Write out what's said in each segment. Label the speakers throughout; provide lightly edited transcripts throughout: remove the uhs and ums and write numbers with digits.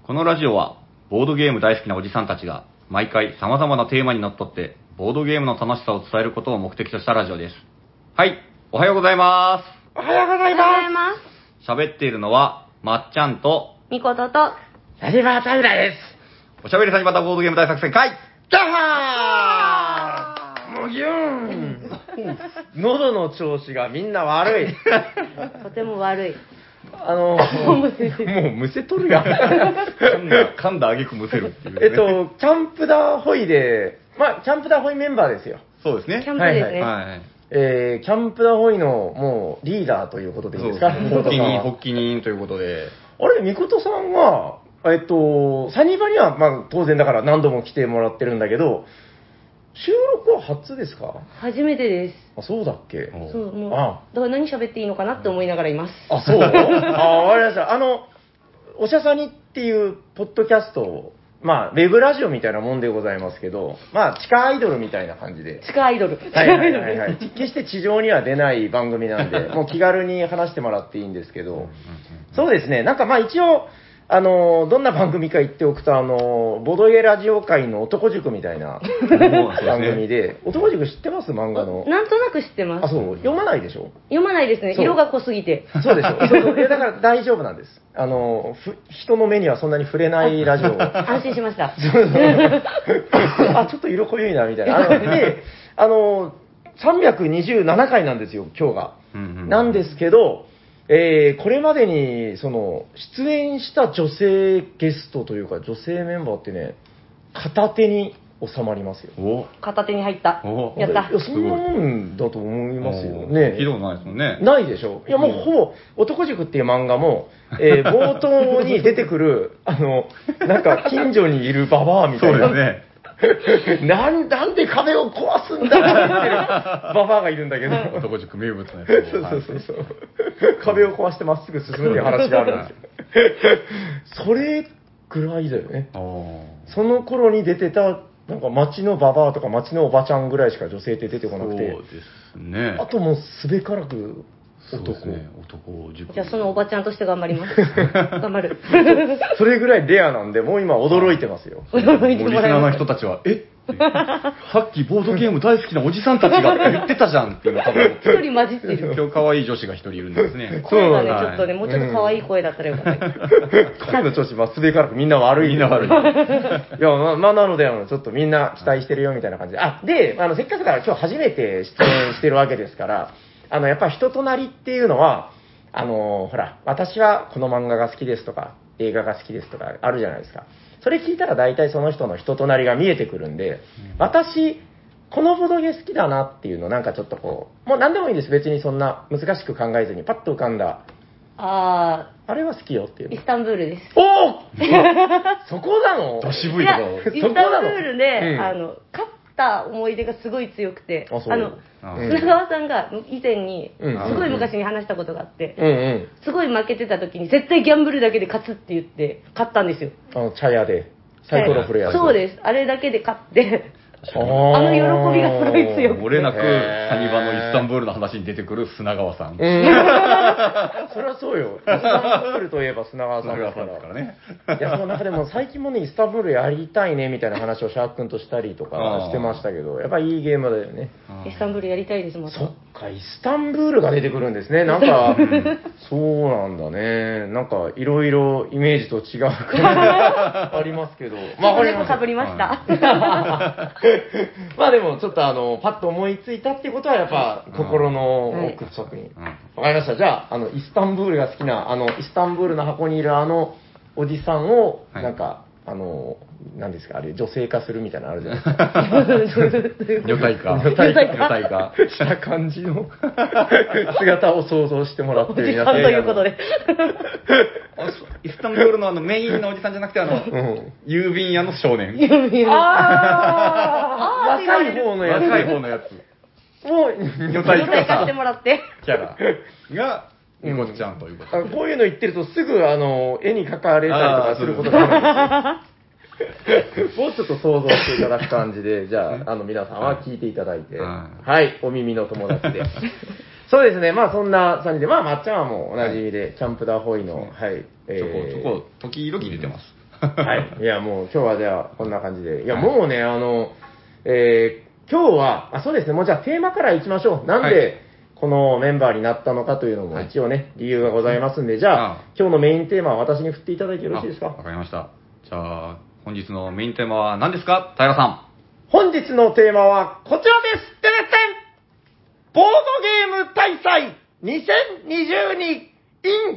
Speaker 1: このラジオは、ボードゲーム大好きなおじさんたちが、毎回様々なテーマにのっとって、ボードゲームの楽しさを伝えることを目的としたラジオです。はい、おはようございます。
Speaker 2: おはようございます。
Speaker 1: 喋っているのは、まっちゃんと、
Speaker 2: みことと、サニバータイラです。
Speaker 1: おしゃべりサニバタボードゲーム大作戦会
Speaker 2: ダッハーもぎゅーん喉の調子がみんな悪い。
Speaker 3: とても悪い。
Speaker 2: もうむせとるやん。
Speaker 1: 噛んだあげくむせるっていう、ね。
Speaker 2: キャンプダーホイで、まあ、キャンプダーホイメンバーですよ。
Speaker 1: そうですね。
Speaker 3: キャンプですね。
Speaker 1: はい。
Speaker 2: キャンプダーホイのもうリーダーということでいいですか？
Speaker 1: 発起人ということで。
Speaker 2: あれ、みことさんは、サニバには、まあ、当然だから何度も来てもらってるんだけど、収録は初ですか？
Speaker 3: 初めてです。
Speaker 2: あ、そうだっけ？
Speaker 3: そう、もう、だから何喋っていいのかなって思いながらいます。
Speaker 2: あ、そうわかりました。おしゃさにっていうポッドキャストを、まあ、ウェブラジオみたいなもんでございますけど、まあ、地下アイドルみたいな感じで。
Speaker 3: 地下アイドル。
Speaker 2: はい。決して地上には出ない番組なんで、もう気軽に話してもらっていいんですけど、そうですね、なんかまあ一応、どんな番組か言っておくと、ボドゲラジオ界の男塾みたいな番組で、男塾知ってます？漫画の。
Speaker 3: なんとなく知ってます。
Speaker 2: あ、そう。読まないでしょ？
Speaker 3: 読まないですね。色が濃すぎて。
Speaker 2: そうでしょ。そうだから大丈夫なんです。人の目にはそんなに触れないラジオ。
Speaker 3: 安心しました。
Speaker 2: あ、ちょっと色濃いな、みたいな。で、327回なんですよ、今日が。なんですけど、これまでに、出演した女性ゲストというか、女性メンバーってね、片手に収まりますよ。
Speaker 3: 片手に入った。やった。
Speaker 2: そんなもんだと思いますよね。
Speaker 1: 聞いたことないですもんね。
Speaker 2: ないでしょ。いや、もうほぼ、男塾っていう漫画も、冒頭に出てくる、なんか、近所にいるババアみたいな。
Speaker 1: そうですね。
Speaker 2: なんで壁を壊すんだって言ってるババアがいるんだけど。
Speaker 1: 男塾名物のやつ。
Speaker 2: そう。壁を壊してまっすぐ進むっていう話があるんですよ。それぐらいだよね。その頃に出てた、なんか街のババアとか街のおばちゃんぐらいしか女性って出てこなくて。
Speaker 1: そうですね。
Speaker 2: あともうすべからく男
Speaker 3: 塾。じゃあそのおばちゃんとして頑張ります。頑張る。
Speaker 2: それぐらいレアなんで、もう今驚いてますよ。
Speaker 3: 驚いてもらいます。
Speaker 1: リスナーの人たちは、さっきボードゲーム大好きなおじさんたちが言ってたじゃんっていうの多分。
Speaker 3: 一人混じってる。
Speaker 1: 今日可愛い女子が一人いるんですね。
Speaker 3: 声がね、ちょっとね、もうちょっと可愛い声だったらよかった。
Speaker 2: 声の調子、すべからくみんな悪い。いや、なので、ちょっとみんな期待してるよみたいな感じで。で、せっかくだから今日初めて出演してるわけですから、やっぱ人となりっていうのは、ほら、私はこの漫画が好きですとか、映画が好きですとかあるじゃないですか。それ聞いたら大体その人の人となりが見えてくるんで、私、このボドゲ好きだなっていうのなんかちょっとこう、もう何でもいいです。別にそんな難しく考えずにパッと浮かんだ。あれは好きよっていう。
Speaker 3: イスタンブールです。
Speaker 2: おおそこなの？
Speaker 1: ど渋いところ。
Speaker 3: イスタンブールで、勝った思い出がすごい強くて、砂川さんが以前に、すごい昔に話したことがあって、すごい負けてた時に絶対ギャンブルだけで勝つって言って勝ったんですよ。
Speaker 2: 茶屋でサイコロ振るやつ。
Speaker 3: そうです。あれだけで勝って喜びがすごい強くて、
Speaker 1: 漏れなくサニバのイスタンブールの話に出てくる砂川さん。
Speaker 2: そりゃそうよ。イスタンブールといえば砂川さんだからね。いや、その中でも最近もね、イスタンブールやりたいねみたいな話をシャーク君としたりとかしてましたけど、やっぱいいゲームだよね。
Speaker 3: イスタンブールやりたいですもん。
Speaker 2: そっか、イスタンブールが出てくるんですね。なんか、そうなんだね。なんか、いろいろイメージと違うありますけど。
Speaker 3: 猫かぶりました。
Speaker 2: まあでも、ちょっとパッと思いついたってことは、やっぱ、心の奥底に。わかりました。じゃあ、イスタンブールが好きな、イスタンブールの箱にいるおじさんを、なんか、何ですか、あれ、女性化するみたいなのあるじゃないですか。
Speaker 1: 女体化。
Speaker 2: した感じの姿を想像してもらって
Speaker 3: 皆さんということで。
Speaker 1: イスタンブールのメインのおじさんじゃなくて、郵便屋の少年。
Speaker 2: 若い方のやつ。
Speaker 1: 若い方のやつ。
Speaker 2: もう、
Speaker 3: 女体化してもらって。
Speaker 1: キャラが、みこちゃんということで。
Speaker 2: こういうの言ってるとすぐ絵に描かれたりとかすることがあるんですよ。もうちょっと想像していただく感じで、じゃあ、皆さんは聞いていただいて、はい、お耳の友達で。そうですね、まあそんな感じで、まあまっちゃんはもうおなじみで、キャンプダーホイの、はい。
Speaker 1: ちょこ、時々出てます。
Speaker 2: はい。いや、もう今日はじゃあ、こんな感じで。いや、もうね、今日は、そうですね、もうじゃあテーマからいきましょう。なんで、このメンバーになったのかというのも一応ね、理由がございますんで、じゃあ、今日のメインテーマは私に振っていただいてよろしいですか？
Speaker 1: わかりました。じゃあ、本日のメインテーマは何ですか、平さん。
Speaker 2: 本日のテーマはこちらです。てれってん、ボードゲーム大祭2022 in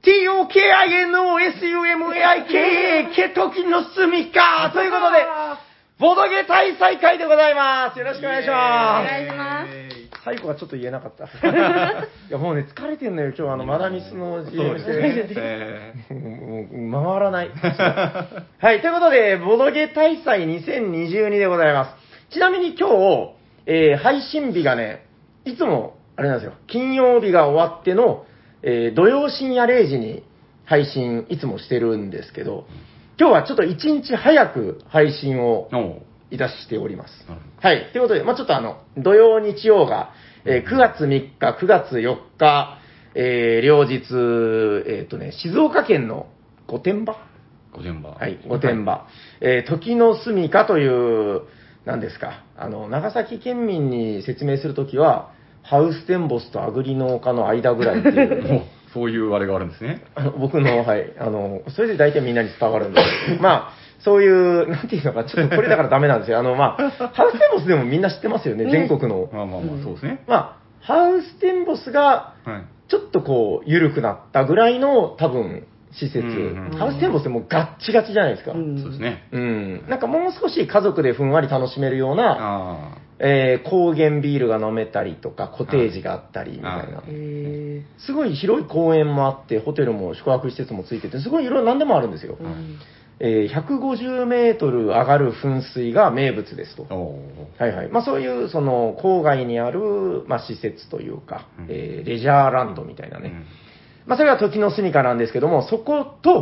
Speaker 2: TOKINOSUMAIKA 時の住みかということで、ボードゲー大祭会でございます。よろしくお願いします。
Speaker 3: お願いします。
Speaker 2: 最後はちょっと言えなかった。いや、もうね、疲れてんのよ、今日マダミスの GM してね。もう回らない。はい、ということで、ボドゲ大祭2022でございます。ちなみに今日、配信日がね、いつも、あれなんですよ、金曜日が終わっての、土曜深夜0時に配信いつもしてるんですけど、今日はちょっと1日早く配信をいたしております。はい。ということで、ちょっと土曜日曜が、9月3日、9月4日、両日、静岡県の御殿場。
Speaker 1: 御殿場。
Speaker 2: はい、御殿場。時の住みかという、何ですか、長崎県民に説明するときは、ハウステンボスとアグリの丘の間ぐらいっていう。
Speaker 1: そういうあれがあるんですね。
Speaker 2: 僕の、はい、それで大体みんなに伝わるんですけど、そういう、なんていうのか、ちょっとこれだからダメなんですよ。ハウステンボスでもみんな知ってますよね、全国の。
Speaker 1: そうですね。
Speaker 2: ハウステンボスが、ちょっとこう、緩くなったぐらいの、多分、施設。ハウステンボスってもうガッチガチじゃないですか。
Speaker 1: そうですね。
Speaker 2: なんかもう少し家族でふんわり楽しめるような、高原ビールが飲めたりとか、コテージがあったりみたいな。すごい広い公園もあって、ホテルも宿泊施設もついてて、すごいいろいろ何でもあるんですよ。150メートル上がる噴水が名物ですと。はいはい。そういう、その、郊外にある、施設というか、レジャーランドみたいなね。それが時の住みかなんですけども、そこと、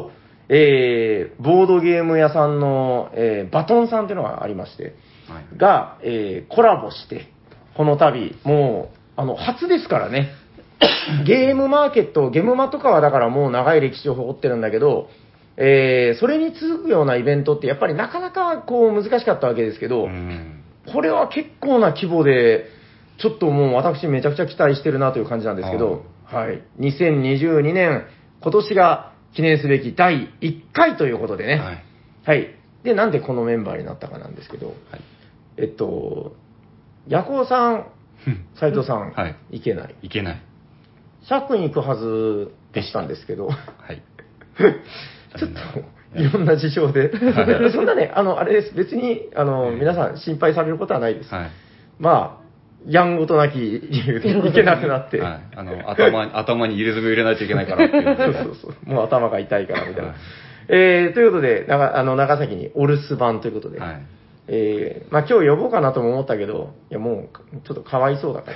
Speaker 2: ボードゲーム屋さんの、バトンさんっていうのがありまして、が、コラボして、この度、もう、初ですからね。ゲームマーケット、ゲームマとかはだからもう長い歴史を誇ってるんだけど、それに続くようなイベントってやっぱりなかなかこう難しかったわけですけど、これは結構な規模で、ちょっともう私めちゃくちゃ期待してるなという感じなんですけど、はい。2022年、今年が記念すべき第1回ということでね、はい。で、なんでこのメンバーになったかなんですけど、ヤコウさん、斉藤さん、いけない。
Speaker 1: いけない。
Speaker 2: 100に行くはずでしたんですけど、
Speaker 1: はい。
Speaker 2: ちょっと、いろんな事情で。そんなね、あれです。別に、皆さん心配されることはないです。やんごとなき理由でいけなくなって。
Speaker 1: 頭に入れ墨を入れないといけないからっていう。
Speaker 2: そう。もう頭が痛いからみたいな。ということで、長崎にお留守番ということで。今日呼ぼうかなとも思ったけど、いやもう、ちょっとかわいそうだから。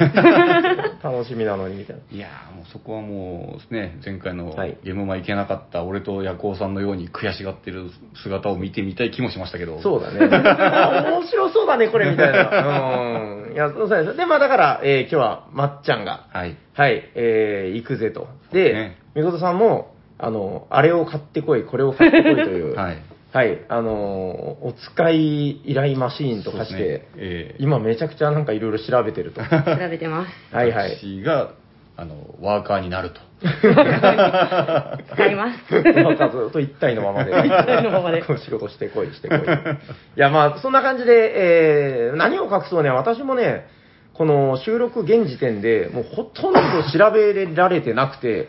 Speaker 2: 楽しみなのにみたいな。
Speaker 1: いやもうそこはもうね、前回のゲームマ行けなかった俺とヤコウさんのように悔しがってる姿を見てみたい気もしましたけど。
Speaker 2: そうだね。面白そうだね、これみたいな。いや、そうです。で、だから、今日はまっちゃんが、行くぜと。で、みことさんも、あれを買ってこい、これを買ってこいという。はい、お使い依頼マシーンとかして、今めちゃくちゃなんかいろいろ調べてると。
Speaker 3: 調べてます。
Speaker 1: 私が、ワーカーになると。
Speaker 3: 使います。
Speaker 2: ワーカーずっと一体のままで。
Speaker 3: 一体のままで。
Speaker 2: 仕事してこい、してこい。いや、そんな感じで、何を隠そうね、私もね、この収録現時点で、もうほとんど調べられてなくて、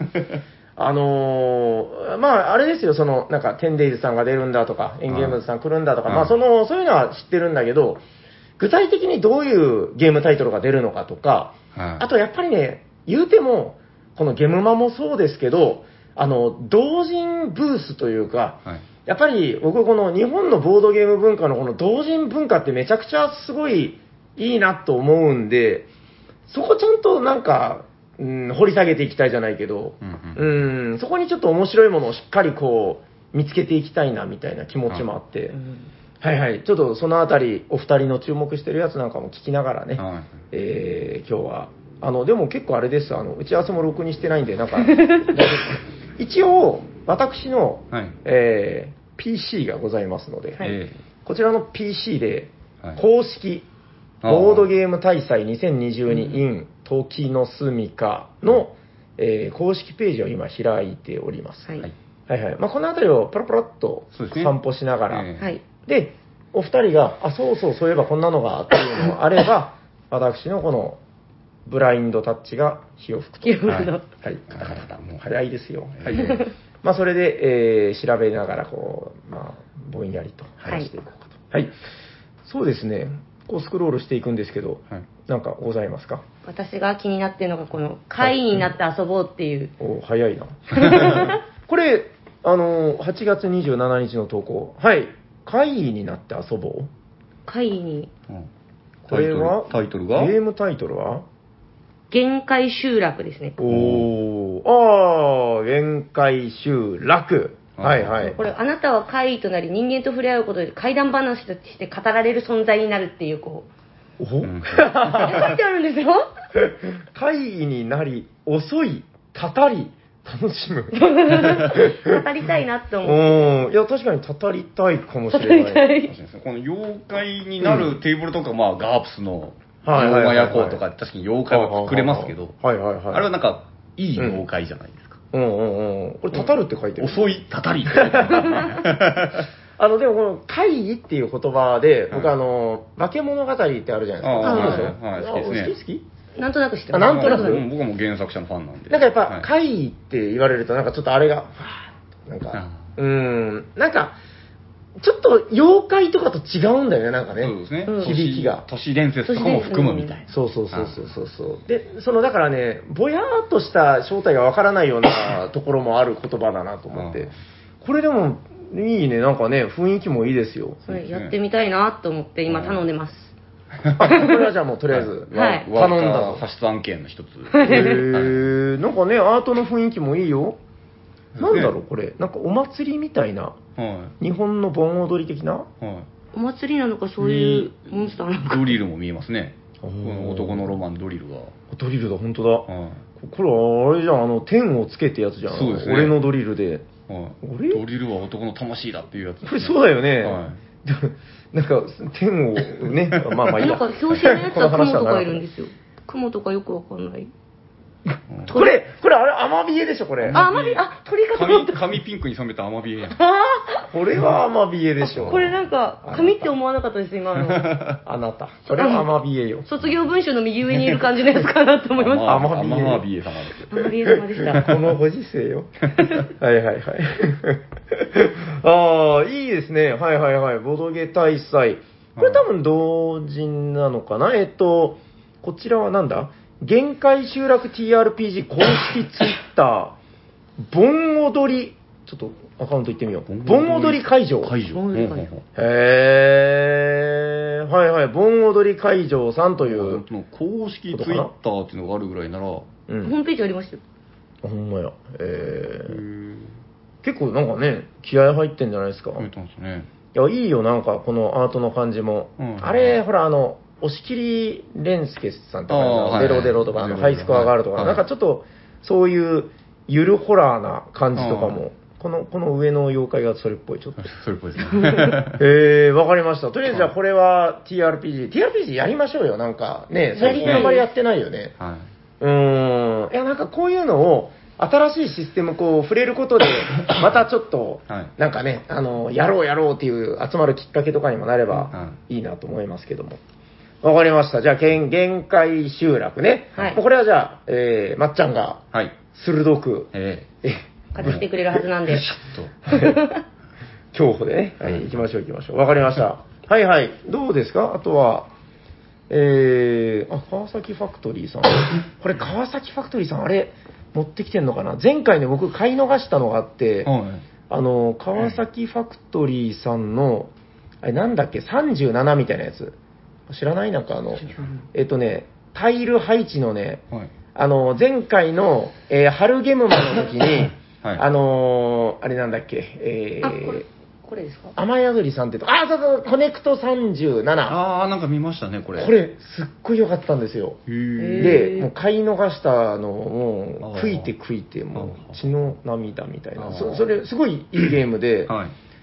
Speaker 2: あれですよ、なんか、テンデイズさんが出るんだとか、エンゲームズさん来るんだとか、そういうのは知ってるんだけど、具体的にどういうゲームタイトルが出るのかとか、あとやっぱりね、言うても、このゲムマもそうですけど、同人ブースというか、やっぱり僕この日本のボードゲーム文化のこの同人文化ってめちゃくちゃすごいいいなと思うんで、そこちゃんとなんか、掘り下げていきたいじゃないけど、そこにちょっと面白いものをしっかりこう見つけていきたいなみたいな気持ちもあって、ちょっとそのあたりお二人の注目してるやつなんかも聞きながらね、今日はでも結構あれです、打ち合わせもろくにしてないんで、なんか、一応、私の、 PC がございますので、
Speaker 3: はい
Speaker 2: こちらの PC で
Speaker 1: はい
Speaker 2: 公式ボードゲーム大祭2022 in 時の住みかの、公式ページを今開いております。
Speaker 3: はい。
Speaker 2: はいはい。まあ、この辺りをパラパラっと
Speaker 1: そうですね
Speaker 2: 散歩しながら、
Speaker 3: はい。
Speaker 2: で、お二人が、あ、そうそう、そういえばこんなのがっていうのがあれば、私のこのブラインドタッチが火を吹くと。
Speaker 3: 火を吹くの
Speaker 2: はい。カタカタカタ。もう早いですよ。
Speaker 1: はい
Speaker 2: まあ、それで、調べながら、こう、まあ、ぼんやりと話していこうかと。はい。そうですね。こうスクロールしていくんですけど、
Speaker 1: はい
Speaker 2: なんかございますか？
Speaker 3: 私が気になってるのが、この、会員になって遊ぼうっていう。
Speaker 2: お早いな。これ、8月27日の投稿。はい。会議になって遊ぼう。
Speaker 3: 会員に、
Speaker 1: うん
Speaker 2: これは
Speaker 1: タイトルが
Speaker 2: ゲームタイトルは
Speaker 3: 限界集落ですね。
Speaker 2: 限界集落。はいはい。
Speaker 3: これ、あなたは怪異となり、人間と触れ合うことで怪談話として語られる存在になるっていう、こう、
Speaker 2: お
Speaker 3: 書いてあるんですよ。
Speaker 2: 会議になり、遅い、たたり、楽しむ。
Speaker 3: 語りたいなって思って。
Speaker 2: いや、確かにたたりたいかもし
Speaker 3: 語
Speaker 2: れない。
Speaker 3: りたい。
Speaker 1: この妖怪になるテーブルとか、まあ、ガープスの
Speaker 2: はいはいはいはい
Speaker 1: 妖魔夜行とか、確かに妖怪は作れますけど、
Speaker 2: はいはいはい。
Speaker 1: あれはなんか、いい妖怪じゃないですか。
Speaker 2: これ、たたるって書いてる。
Speaker 1: 遅い、たたり。
Speaker 2: でもこの会議っていう言葉で、僕化け物語ってあるじゃないですか。
Speaker 1: はい好きですね
Speaker 2: 好き
Speaker 3: なんとなく知ってます。
Speaker 2: なんとなく
Speaker 1: 僕はもう原作者のファンなんで。
Speaker 2: なんかやっぱ、
Speaker 1: はい
Speaker 2: 会議って言われると、なんかちょっとあれが、なんか、なんか、ちょっと妖怪とかと違うんだよね、なんかね。
Speaker 1: そうですね。
Speaker 2: 響きが。
Speaker 1: 都市伝説とかも含むみたいな。
Speaker 2: そうそうそうそうそう。で、だからね、ぼやーっとした正体がわからないようなところもある言葉だなと思って。これでも、いいね、なんかね、雰囲気もいいですよ。
Speaker 3: それやってみたいなと思って今頼んでます。
Speaker 2: これはじゃあもうとりあえず、
Speaker 3: はい
Speaker 2: 頼んだと。
Speaker 1: ファシスト案件の一つ。
Speaker 2: なんかね、アートの雰囲気もいいよ。なんだろう、これ。なんかお祭りみたいな。日本の盆踊り的な。
Speaker 3: お祭りなのかそういうモンスターなのか。
Speaker 1: ドリルも見えますね。この男のロマンドリルが。
Speaker 2: ドリルだ、本当だ。これあれじゃん、天をつけってやつじゃん。
Speaker 1: そうですね。
Speaker 2: 俺のドリルで。
Speaker 1: ドリルは男の魂だっていうやつ。
Speaker 2: これそうだよね。なんか、天をね、まあいいや。
Speaker 3: なんか表紙のやつは雲とかいるんですよ。雲とかよくわかんない。
Speaker 2: これあれ、アマビエでしょ、これ。
Speaker 3: アマビエ、鳥かと思った。
Speaker 1: 髪ピンクに染めたアマビエやん。
Speaker 2: これはアマビエでしょ。
Speaker 3: これなんか、髪って思わなかったです、今の。
Speaker 2: あなた。それはアマビエよ。
Speaker 3: 卒業文集の右上にいる感じのやつかなと思いました。
Speaker 2: アマ
Speaker 1: ビエ様ですよ。
Speaker 3: アマビエ様でした。
Speaker 2: このご時世よ。はいはいはい。ああ、いいですね。はいはいはい。ボドゲ大祭。これ多分同人なのかな。こちらはなんだ限界集落 TRPG 公式ツイッター、盆踊り、ちょっとアカウント行ってみよう。盆踊り会場。
Speaker 3: 盆踊り会場。
Speaker 2: はいはい、盆踊り会場さんという。
Speaker 1: 公式ツイッターっていうのがあるぐらいなら、
Speaker 3: ホームページありましたよ。
Speaker 2: ほんまや。結構なんかね、気合入ってんじゃないですか。
Speaker 1: 入ってますね。
Speaker 2: いや、いいよ、なんかこのアートの感じも。あれ、ほら、押切蓮介さんとか、デロデロとか、ハイスコアがあるとか、なんかちょっと、そういう、ゆるホラーな感じとかも、この上の妖怪がそれっぽい、ちょっと。
Speaker 1: それっぽいですね。
Speaker 2: わかりました。とりあえず、じゃあこれは TRPG やりましょうよ、なんか。ね、最近あんまりやってないよね。いや、なんかこういうのを、新しいシステム触れることで、またちょっと、なんかね、やろうっていう集まるきっかけとかにもなればいいなと思いますけども。わかりました。じゃあ、限界集落ね。これはじゃあ、まっちゃんが、鋭く、
Speaker 3: 買ってきてくれるはずなんで。
Speaker 2: 競歩でね。行きましょう。わかりました。はいはい。どうですかあとは、川崎ファクトリーさん。これ、川崎ファクトリーさん、あれ、持ってきてんのかな前回ね、僕買い逃したのがあって、川崎ファクトリーさんの、あれなんだっけ、37みたいなやつ。知らないなんかタイル配置のね、前回の、春ゲムマの時に、あれなんだっけ、
Speaker 3: これですか
Speaker 2: 雨宿りさんってとこ、そう、コネクト37。
Speaker 1: なんか見ましたね、これ。
Speaker 2: これ、すっごい良かったんですよ。で、もう買い逃したのを、もう、悔いて、もう、血の涙みたいな。それ、すごいいいゲームで、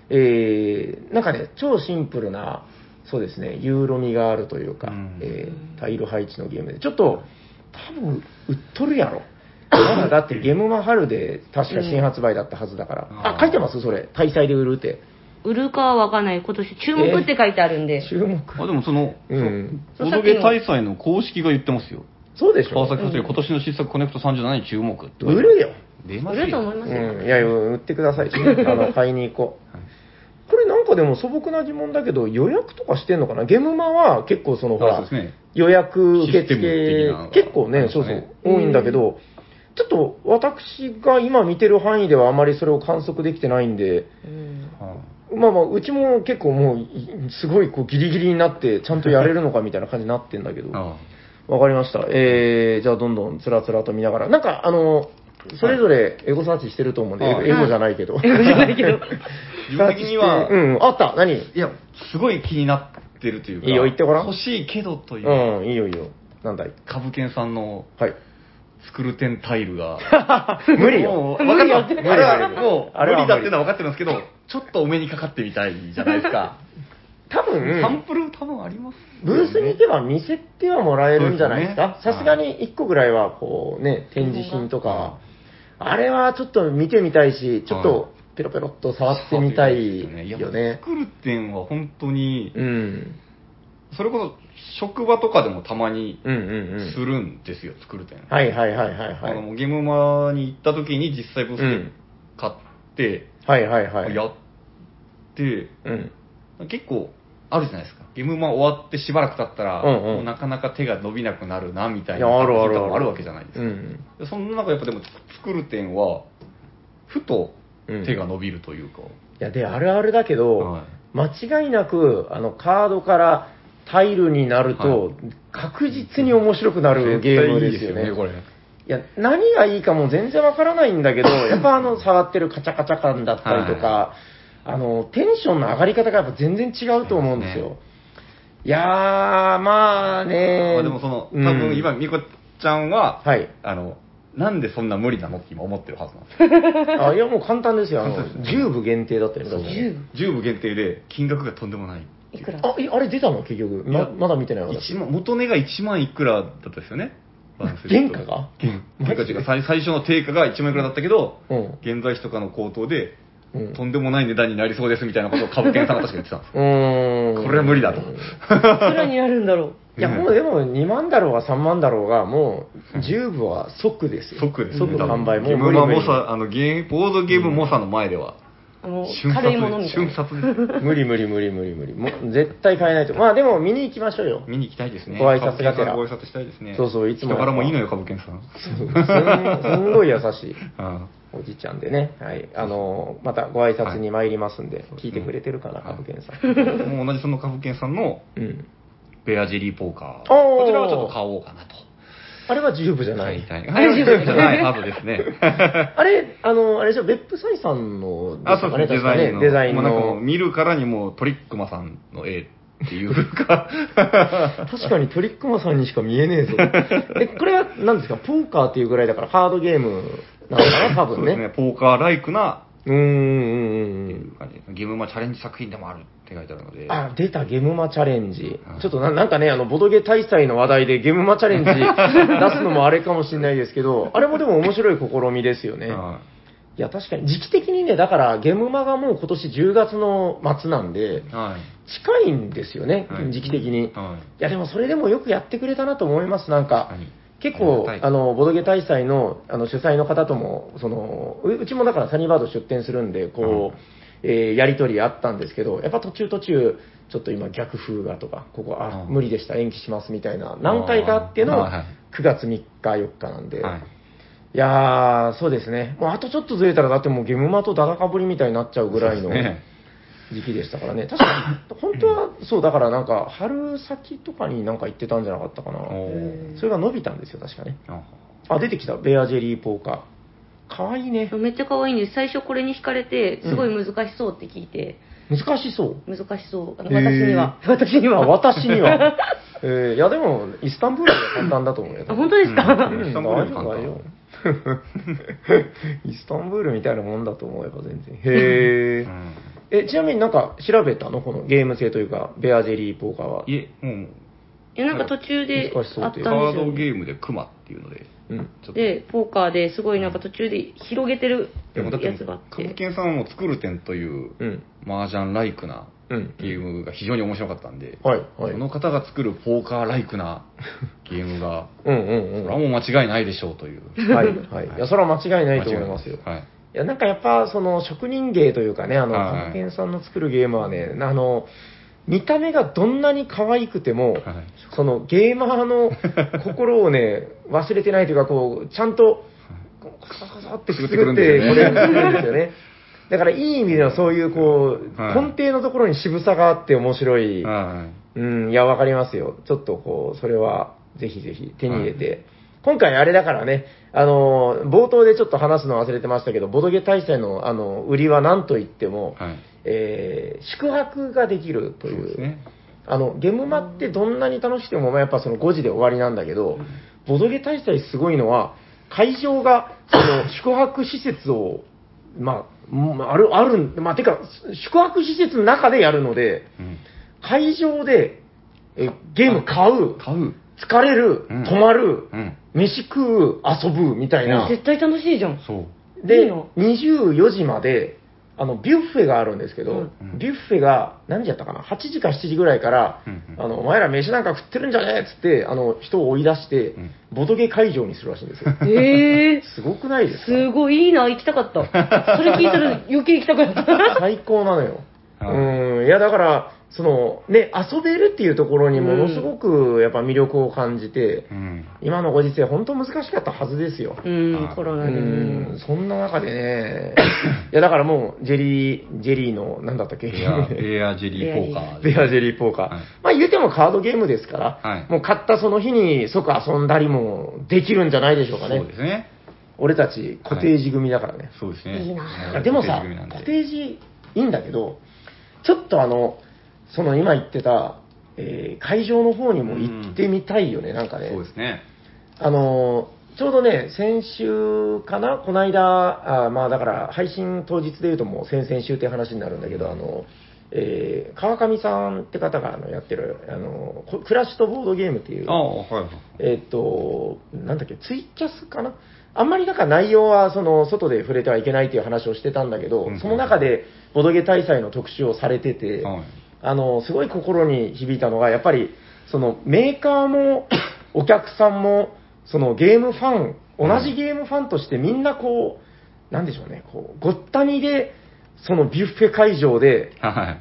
Speaker 2: なんかね、超シンプルな、そうですね、ユーロ味があるというか、タイル配置のゲームで、ちょっと、多分、売っとるやろ。まだだってゲームマ春で確か新発売だったはずだから。あ、書いてますそれ。大祭で売るって。
Speaker 3: 売るかはわかんない。今年、注目って書いてあるんで。
Speaker 2: 注目。
Speaker 1: あ、でもボドゲ大祭の公式が言ってますよ。
Speaker 2: そうでしょ。
Speaker 1: 川崎先生、今年の新作コネクト37に注目って。
Speaker 2: 売るよ。
Speaker 1: 出ますよ。
Speaker 3: 売ると思いますよ。
Speaker 2: いや、売ってください。買いに行こう。これなんかでも素朴な疑問だけど、予約とかしてんのかな？ゲムマは結構ほら、予約受付、結構ね、そうそう、多いんだけど、ちょっと私が今見てる範囲ではあまりそれを観測できてないんで、まあまあ、うちも結構もう、すごいこうギリギリになって、ちゃんとやれるのかみたいな感じになってんだけど、わかりました。じゃあどんどんつらつらと見ながら、なんかそれぞれエゴサーチしてると思うんで、エゴじゃないけど。
Speaker 3: エゴじゃないけど。
Speaker 1: 自分的には、
Speaker 2: あった、何？
Speaker 1: いや、すごい気になってるというか、
Speaker 2: いいよ、言ってごらん。
Speaker 1: 欲しいけどという。
Speaker 2: いいよ、いいよ。なんだい？
Speaker 1: カブケンさんの、スクルテンタイルが。
Speaker 2: 無理よ。
Speaker 1: 分かってます。あれはもう、無理だっていうのは分かってるんですけど、ちょっとお目にかかってみたいじゃないですか。
Speaker 2: 多分、
Speaker 1: サンプル多分あります。
Speaker 2: ブースに行けば見せてはもらえるんじゃないですか。さすがに1個ぐらいは、こうね、展示品とか、あれはちょっと見てみたいし、ちょっとペロペロっと触ってみたいよね。
Speaker 1: スクルテンは本当に、それこそ職場とかでもたまにするんですよ、スクルテン。
Speaker 2: はいはいはいはい。
Speaker 1: ゲームマに行った時に実際ブースで買って、やって、結構あるじゃないですか。ゲームマ終わってしばらく経ったら、もうなかなか手が伸びなくなるな、みたいな感じがあるわけじゃないですか。その中やっぱでも、作る点は、ふと手が伸びるというか。
Speaker 2: いや、で、あるあるだけど、間違いなく、カードからタイルになると、確実に面白くなるゲームですよね。いや、何がいいかも全然わからないんだけど、やっぱ触ってるカチャカチャ感だったりとか、テンションの上がり方がやっぱ全然違うと思うんですよ。いやー、まあね
Speaker 1: でも多分今、みこちゃんは、なんでそんな無理なのって今思ってるはずなんです
Speaker 2: いや、もう簡単ですよ。10部限定だったよね。
Speaker 1: 10部限定で、金額がとんでもない。
Speaker 3: いくら？
Speaker 2: あれ出たの結局。まだ見てないわ。
Speaker 1: 元値が1万いくらだったですよね。
Speaker 2: 原価が
Speaker 1: 最初の定価が1万いくらだったけど、現在費とかの高騰で、とんでもない値段になりそうですみたいなことを株券さんが確か言ってたんですよ。これは無理だと。
Speaker 3: いくらになるんだろう。
Speaker 2: いや、もうでも2万だろうが3万だろうが、もう10部は即ですよ。
Speaker 1: 即です。
Speaker 2: 即販売。
Speaker 1: ゲームマモサ、ボードゲームモサの前では、
Speaker 3: 軽いものみたいな。
Speaker 1: 瞬殺です。
Speaker 2: 無理。もう絶対買えないと。まあでも見に行きましょうよ。
Speaker 1: 見に行きたいですね。
Speaker 2: ご挨拶がてら。
Speaker 1: ご挨拶したいですね。
Speaker 2: そう、いつも。
Speaker 1: 人柄もいいのよ、株券さん。
Speaker 2: すんごい優しい。おじちゃんでね。はい。またご挨拶に参りますんで、聞いてくれてるかな、株券さん。
Speaker 1: もう同じその株券さんの、ベアジェリーポーカー。こちらはちょっと買おうかなと。
Speaker 2: あれは10部じゃない。
Speaker 1: あれは10部じゃないはずですね。
Speaker 2: あれでしょ、別府サイさんの、
Speaker 1: そうですね、デザインの。なんか見るからにもトリックマさんの絵っていうか。
Speaker 2: 確かにトリックマさんにしか見えねえぞ。これは何ですか、ポーカーっていうぐらいだからハードゲームなのかな、多分ね。そうですね、
Speaker 1: ポーカーライクな、
Speaker 2: っていう
Speaker 1: 感じ。ゲームマチャレンジ作品でもあるって書いてあるので。
Speaker 2: 出た、ゲームマチャレンジ。ちょっとなんかね、ボドゲ大祭の話題でゲームマチャレンジ出すのもあれかもしれないですけど、あれもでも面白い試みですよね。いや、確かに、時期的にね、だから、ゲームマがもう今年10月の末なんで、近いんですよね、時期的に。いや、でもそれでもよくやってくれたなと思います、なんか。結構、ボドゲ大祭の主催の方とも、うちもだからサニーバード出店するんで、こう、やりとりあったんですけど、やっぱ途中、ちょっと今逆風がとか、ここ、無理でした、延期しますみたいな、何回かあっての9月3日、4日なんで、いやー、そうですね、もうあとちょっとずれたら、だってもうゲムマとダダかぶりみたいになっちゃうぐらいの時期でしたからね、確かに、本当はそう、だからなんか、春先とかになんか行ってたんじゃなかったかな、それが伸びたんですよ、確かね。出てきた、ベアジェリーポーカー。かわいいね。
Speaker 3: めっちゃかわいいんです。最初これに惹かれて、すごい難しそうって聞いて。
Speaker 2: 難しそう？
Speaker 3: 難しそう。私には。私には。
Speaker 2: 私には。いやでも、イスタンブールは簡単だと思うよ。
Speaker 3: 本当ですか？
Speaker 2: イスタンブール簡単よ。イスタンブールみたいなもんだと思えば全然。へー。 ちなみになんか調べたのこのゲーム性というか、ベアジェリーポーカーは。
Speaker 1: いえ、もう、
Speaker 3: なんか途中であったんですよ。
Speaker 1: カードゲームでクマっていうので、
Speaker 3: で、ポーカーですごいなんか途中で広げてるやつがあって。
Speaker 1: カブケンさんも作る点という、麻雀ライクなゲームが非常に面白かったんで、その方が作るポーカーライクなゲームが、それはもう間違いないでしょうという。
Speaker 2: はい、はい。いや、それは間違いないと思いますよ。はい。いや、なんかやっぱ、その、職人芸というかね、カブケンさんの作るゲームはね、見た目がどんなに可愛くても、そのゲーマーの心をね、忘れてないというか、こう、ちゃんと、カサカサってくってこれるんですよね。だからいい意味ではそういうこう、根底のところに渋さがあって面白い。うん、いや、わかりますよ。ちょっとこう、それはぜひぜひ手に入れて。今回あれだからね、冒頭でちょっと話すの忘れてましたけど、ボドゲ大祭の売りは何と言っても、宿泊ができるという。ゲームマってどんなに楽しくても、やっぱその5時で終わりなんだけど、ボドゲ大祭すごいのは、会場が、その宿泊施設を、てか、宿泊施設の中でやるので、会場で、ゲーム買う、疲れる、泊まる、飯食う、遊ぶ、みたいな。
Speaker 3: 絶対楽しいじゃん。
Speaker 2: そう。で、24時まで、ビュッフェがあるんですけど、ビュッフェが、何時やったかな ?8 時か7時ぐらいから、お前ら飯なんか食ってるんじゃねえっつって、人を追い出して、ボドゲ会場にするらしいんですよ。すごくないですか？
Speaker 3: すごいいいな、行きたかった。それ聞いたら余計行きたくなった。
Speaker 2: 最高なのよ。いやだから、そのね、遊べるっていうところにものすごくやっぱ魅力を感じて、今のご時世本当難しかったはずですよ。
Speaker 3: コロナで。
Speaker 2: そんな中でね、いやだからもうジェリーの、なんだったっけ？
Speaker 1: ベアジェリーポーカー。
Speaker 2: ベアジェリーポーカー。まあ言うてもカードゲームですから、もう買ったその日に即遊んだりもできるんじゃないでしょうかね。
Speaker 1: そうですね。
Speaker 2: 俺たちコテージ組だからね。
Speaker 1: そうですね。
Speaker 3: いいな。
Speaker 2: でもさ、コテージいいんだけど、ちょっとその今言ってた、会場の方にも行ってみたいよね、なんかね。
Speaker 1: そうですね。
Speaker 2: ちょうどね、先週かなこの間、まあだから配信当日で言うともう先々週って話になるんだけど、川上さんって方がやってる、クラッシュとボードゲームっていう、なんだっけ、ツイキャスかなあんまりなんか内容はその外で触れてはいけないっていう話をしてたんだけど、その中でボドゲ大祭の特集をされてて、すごい心に響いたのが、やっぱり、そのメーカーもお客さんも、そのゲームファン、同じゲームファンとしてみんなこう、なんでしょうね、こう、ごったにで、そのビュッフェ会場で、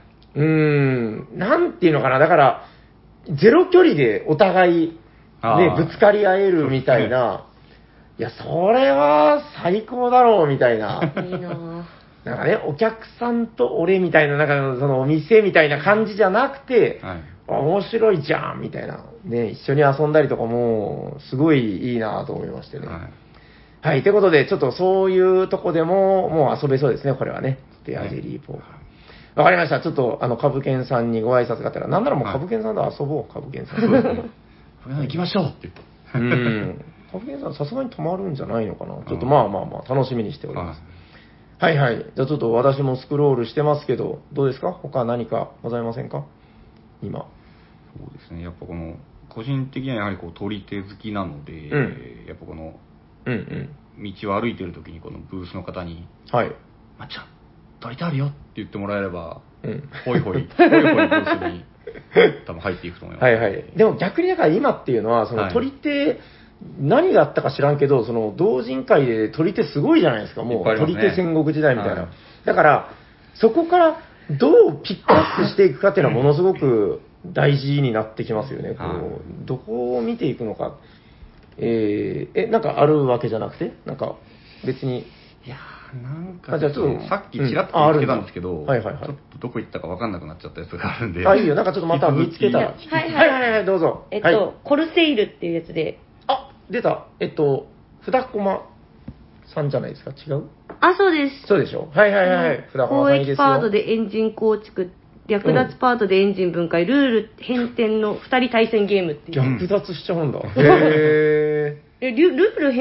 Speaker 2: なんていうのかな、だから、ゼロ距離でお互い、ね、ぶつかり合えるみたいな、いや、それは最高だろう、みたいな。
Speaker 3: いいな
Speaker 2: なんかね、お客さんと俺みたいな、なんかそのお店みたいな感じじゃなくて、面白いじゃんみたいな。ね、一緒に遊んだりとかも、すごいいいなと思いましてね。はい、ということで、ちょっとそういうとこでも、もう遊べそうですね、これはね。ベアジェリーポーカー。わかりました。ちょっと、カブケンさんにご挨拶があったら、なんならもうカブケンさんと遊ぼう、カブケンさん。
Speaker 1: 行きましょうって言って。
Speaker 2: カブケンさん、さすがに泊まるんじゃないのかな。ちょっとまあ、楽しみにしております。はいはい。じゃあちょっと私もスクロールしてますけど、どうですか？他何かございませんか？今。
Speaker 1: そうですね。やっぱこの、個人的にはやはりこう、取り手好きなので、やっぱこの、道を歩いてる時にこのブースの方に、まっちゃん、取り手あるよって言ってもらえれば、ホイホイブースに多分入っていくと思います。
Speaker 2: はいはい。でも逆にだから今っていうのは、その取り手、何があったか知らんけど、その同人会で取り手すごいじゃないですか、もう、取り手戦国時代みたいな。だから、そこからどうピックアップしていくかっていうのはものすごく大事になってきますよね。こうどこを見ていくのか。なんかあるわけじゃなくて、なんか別に。
Speaker 1: いやー、なんか、じゃあちょっとさっきちらっと言ってたんですけど、ちょっとどこ行ったか分かんなくなっちゃったやつがあるんで。
Speaker 2: いいよ、なんかちょっとまた見つけたら。はい、どうぞ。
Speaker 3: コルセイルっていうやつで。
Speaker 2: 出た。札駒さんじゃないですか？違う？
Speaker 3: そうです。
Speaker 2: そうでしょ？はい。
Speaker 3: 札駒さんいいですよ。交易パートでエンジン構築、略奪パートでエンジン分解、ルール変転の2人対戦ゲームっていう。
Speaker 2: 略奪しちゃうんだ。へ
Speaker 3: ルール変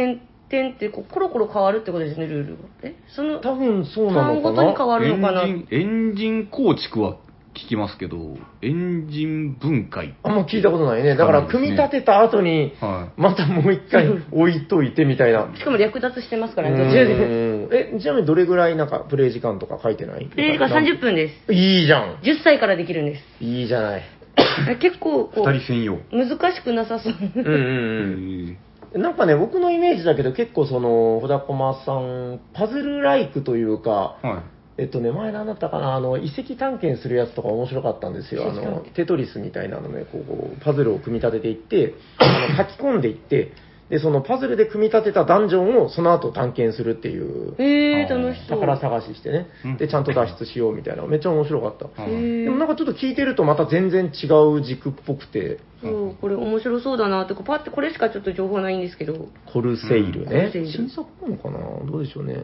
Speaker 3: 点ってコロコロ変わるってことですね、ルールが。
Speaker 2: 多分そうなのかな。
Speaker 3: 単ごとに変わるのかな。
Speaker 1: エンジン構築は聞きますけど、エンジン分解
Speaker 2: あんま聞いたことないね。だから組み立てた後に、またもう一回置いといてみたいな。
Speaker 3: しかも略奪してますからね、途中
Speaker 2: で。ちなみにどれぐらいなんかプレイ時間とか書いてない？
Speaker 3: プレイ時間30分です。
Speaker 2: いいじゃん。
Speaker 3: 10歳からできるんです。
Speaker 2: いいじゃない。
Speaker 3: 結構
Speaker 1: 2人専用。
Speaker 3: 難しくなさそう。
Speaker 2: なんかね、僕のイメージだけど結構その、小田駒さん、パズルライクというか、前何だったかな、遺跡探検するやつとか面白かったんですよ。テトリスみたいなのね、こう、パズルを組み立てていって、書き込んでいって、で、そのパズルで組み立てたダンジョンをその後探検するっていう。
Speaker 3: 楽しそう。
Speaker 2: 宝探ししてね。で、ちゃんと脱出しようみたいな。めっちゃ面白かった。でもなんかちょっと聞いてるとまた全然違う軸っぽくて。
Speaker 3: そう、これ面白そうだなって、パッてこれしかちょっと情報ないんですけど。
Speaker 2: コルセイルね。新作なのかな、どうでしょうね。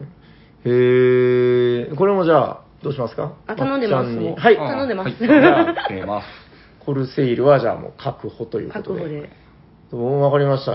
Speaker 2: これもじゃあ、どうしますか？
Speaker 3: 頼んでます。
Speaker 2: はい。
Speaker 3: 頼んでます。
Speaker 2: じゃあ、コルセイルはじゃあもう確保ということで。
Speaker 3: 確保で。
Speaker 2: わかりました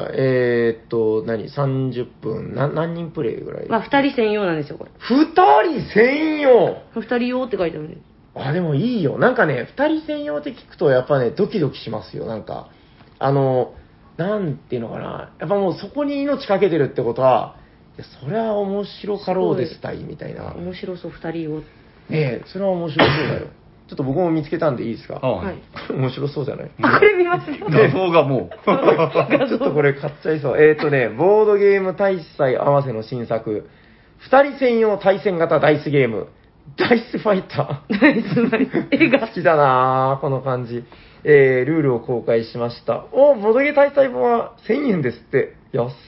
Speaker 2: 。30分、何人プレイぐらい？
Speaker 3: まあ、2人専用なんですよ、これ。
Speaker 2: 2人専用
Speaker 3: ？2人用って書いてあるね。
Speaker 2: あ、でもいいよ。なんかね、2人専用って聞くと、やっぱね、ドキドキしますよ。なんか、なんていうのかな。やっぱもうそこに命かけてるってことは、いやそれは面白かろうですたい、みたいな。
Speaker 3: 面白そう、2人用。
Speaker 2: ねえ、それは面白そうだよ。ちょっと僕も見つけたんでいいですか？
Speaker 3: はい。
Speaker 2: これ面白そうじゃない？
Speaker 3: これ見ますね。
Speaker 1: 画像がもう。
Speaker 2: ちょっとこれ買っちゃいそう。ボードゲーム大祭合わせの新作。二人専用対戦型ダイスゲーム。ダイスファイタ
Speaker 3: ー。ダイスファイター。
Speaker 2: 絵が好きだなぁ、この感じ。ルールを公開しました。ボードゲー大祭本は1000円ですって。安っ。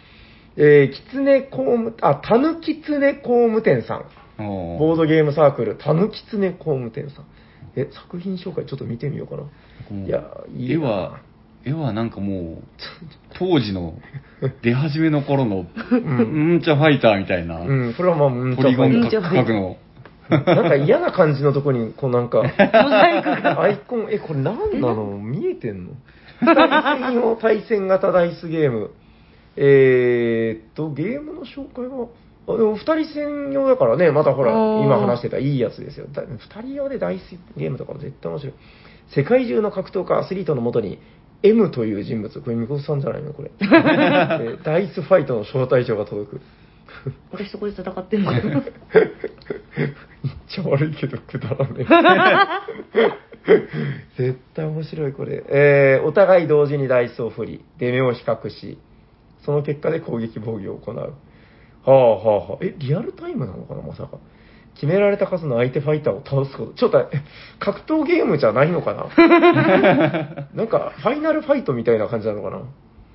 Speaker 2: たぬきつね工務店さん。ボードゲームサークル、たぬきつね工務店さん。作品紹介ちょっと見てみようかな。いや、
Speaker 1: 絵はなんかもう、当時の出始めの頃の、うんちゃファイターみたいな。
Speaker 2: これはまあ、
Speaker 1: ポリゴン角の。
Speaker 2: なんか嫌な感じのとこに、こうなんか、モザイクが。アイコン、これ何なの？見えてんの？専用対戦型ダイスゲーム。ゲームの紹介は、でも2人専用だからね、またほら、今話してたいいやつですよ。2人用でダイスゲームとか絶対面白い。世界中の格闘家アスリートのもとに、M という人物、これミコさんじゃないのこれ。ダイスファイトの招待状が届く。
Speaker 3: 俺そこで戦ってんのよ。
Speaker 2: 言っちゃ悪いけど、くだらねえ。絶対面白い、これ。お互い同時にダイスを振り、出目を比較し、その結果で攻撃防御を行う。リアルタイムなのかな、まさか。決められた数の相手ファイターを倒すこと。ちょっと、格闘ゲームじゃないのかななんか、ファイナルファイトみたいな感じなのかな。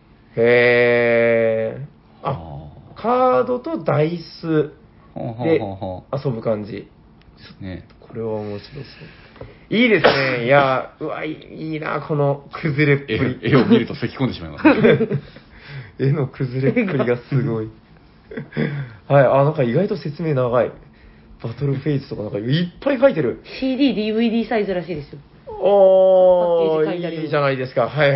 Speaker 2: カードとダイスで遊ぶ感じ。これは面白そう。いいですね。いや、うわ、いいな、この崩れっぷり。
Speaker 1: 絵を見ると咳込んでしまいますね。
Speaker 2: 絵の崩れっぷりがすごい。はい、なんか意外と説明長い。バトルフェイズとかなんかいっぱい書いてる。
Speaker 3: CD、DVD サイズらしいですよ。
Speaker 2: いいじゃないですか。はい。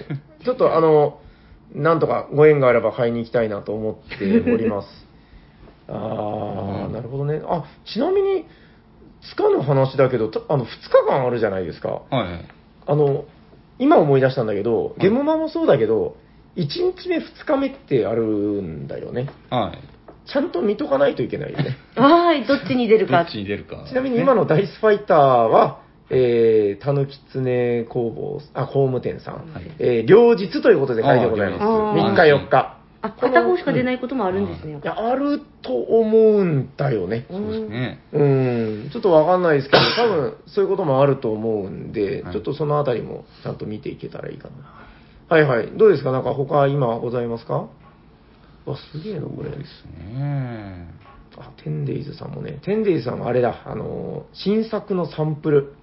Speaker 2: ちょっとなんとかご縁があれば買いに行きたいなと思っております。なるほどね。ちなみに、つかの話だけど、2日間あるじゃないですか。今思い出したんだけど、ゲームマもそうだけど、1日目、2日目ってあるんだよね。ちゃんと見とかないといけないよね。
Speaker 3: どっちに出るか。
Speaker 1: ち
Speaker 2: なみに今のダイスファイターは、たぬきつね工務店さん。両日ということで書いてございます。3日4日。
Speaker 3: 片方しか出ないこともあるんですね。
Speaker 2: あると思うんだよね。
Speaker 1: そうですね。
Speaker 2: ちょっとわかんないですけど、多分そういうこともあると思うんで、ちょっとそのあたりもちゃんと見ていけたらいいかな。はい。どうですか？なんか他今ございますか？すげえのこれ。
Speaker 1: そうですね。
Speaker 2: テンデイズさんもね。テンデイズさんはあれだ。新作のサンプル。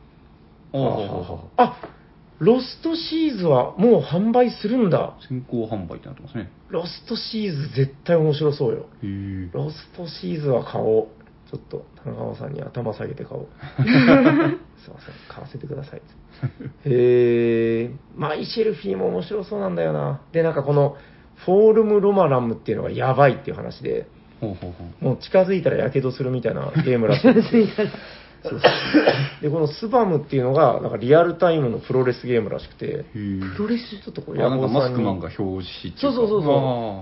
Speaker 2: ロストシーズはもう販売するんだ。
Speaker 1: 先行販売ってなってますね。
Speaker 2: ロストシーズ絶対面白そうよ。ロストシーズは買おう。ちょっと田中さんに頭下げて買おう。すいません、買わせてください。マイシェルフィーも面白そうなんだよな。で、なんかこのフォールムロマラムっていうのがやばいっていう話で、もう近づいたらやけどするみたいなゲームらしいんですよ。そうそう。で、このスバムっていうのが、なんかリアルタイムのプロレスゲームらしくて、
Speaker 3: プロレス
Speaker 1: ちょっとこれ、なんかマスクマンが表紙
Speaker 2: そう。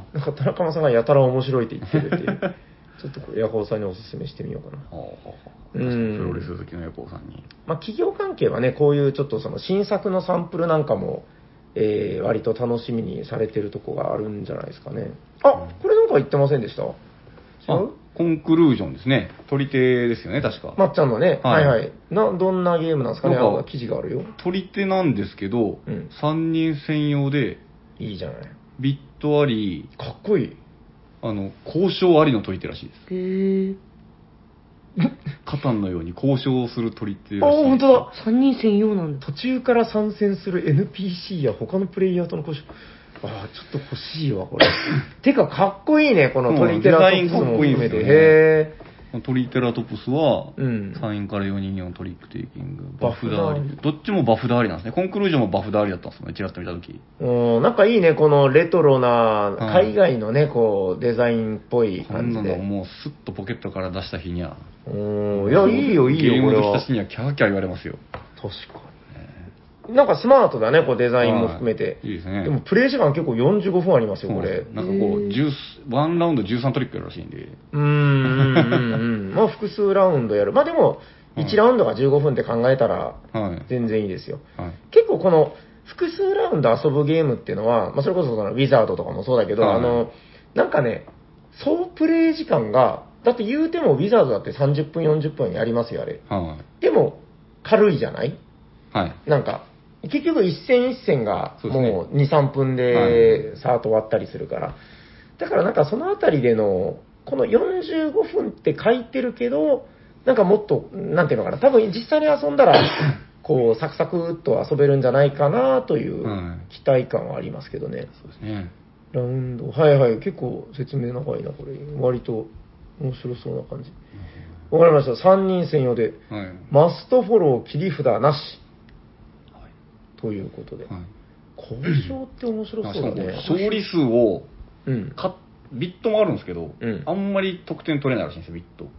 Speaker 2: なんか田中さんがやたら面白いって言ってるっていう。ちょっとこれ、ヤコウさんにおすすめしてみようかな。
Speaker 1: プロレス好きのヤコウさんに。
Speaker 2: まあ、企業関係はね、こういうちょっとその新作のサンプルなんかも、割と楽しみにされてるとこがあるんじゃないですかね。あ、これなんか言ってませんでした？
Speaker 1: 違う？コンクルージョンですね。取り手ですよね、確か。
Speaker 2: まっちゃんのね。はい。どんなゲームなんですかね。なんか記事があるよ。
Speaker 1: 取り手なんですけど、3人専用で、
Speaker 2: いいじゃない。
Speaker 1: ビットあり、
Speaker 2: かっこいい。
Speaker 1: 交渉ありの取り手らしいです。
Speaker 3: へ
Speaker 1: ー。カタンのように交渉する取り手らしい。
Speaker 2: あ、本当だ。
Speaker 3: 3人専用なんだ。
Speaker 2: 途中から参戦する NPC や他のプレイヤーとの交渉。ああ、ちょっと欲しいわ、これ。てか、かっこいいね、このトリケラトプスも含めて。へ
Speaker 1: ー。トリケラトプスは、3人から4人用トリックテイキング、バフダーリ。どっちもバフダーリなんですね。コンクルージョンもバフダーリだったんですよね、ちらっと見たとき。
Speaker 2: なんかいいね、このレトロな、海外のね、こう、デザインっぽい感じで。
Speaker 1: こんなのもうスッとポケットから出した日には。
Speaker 2: いや、いいよ、いいよ、
Speaker 1: ゲームの人たちにはキャーキャー言われますよ。
Speaker 2: 確かに。なんかスマートだね、こうデザインも含めて。
Speaker 1: いいですね。
Speaker 2: でもプレイ時間結構45分ありますよ、これ。
Speaker 1: なんかこう、ワンラウンド13トリックやるらしいんで。
Speaker 2: まあ複数ラウンドやる。まあでも、1ラウンドが15分って考えたら、全然いいですよ。結構この、複数ラウンド遊ぶゲームっていうのは、まあそれこそそのウィザードとかもそうだけど、なんかね、総プレイ時間が、だって言うてもウィザードだって30分40分やりますよ、あれ。でも、軽いじゃない？なんか、結局一戦一戦がもう2、3分でさーっと終わったりするから。だからなんかそのあたりでの、この45分って書いてるけど、なんかもっと、なんていうのかな、多分実際に遊んだら、こう、サクサクっと遊べるんじゃないかなという期待感はありますけどね。
Speaker 1: そうですね。
Speaker 2: ラウンド、はいはい、結構説明長いな、これ。割と面白そうな感じ。わかりました。3人専用で、マストフォロー切り札なし。ということで、交渉って面白そうだね。
Speaker 1: 勝利数を、ビットもあるんですけど、あんまり得点取れないらしいんですよ、ビット。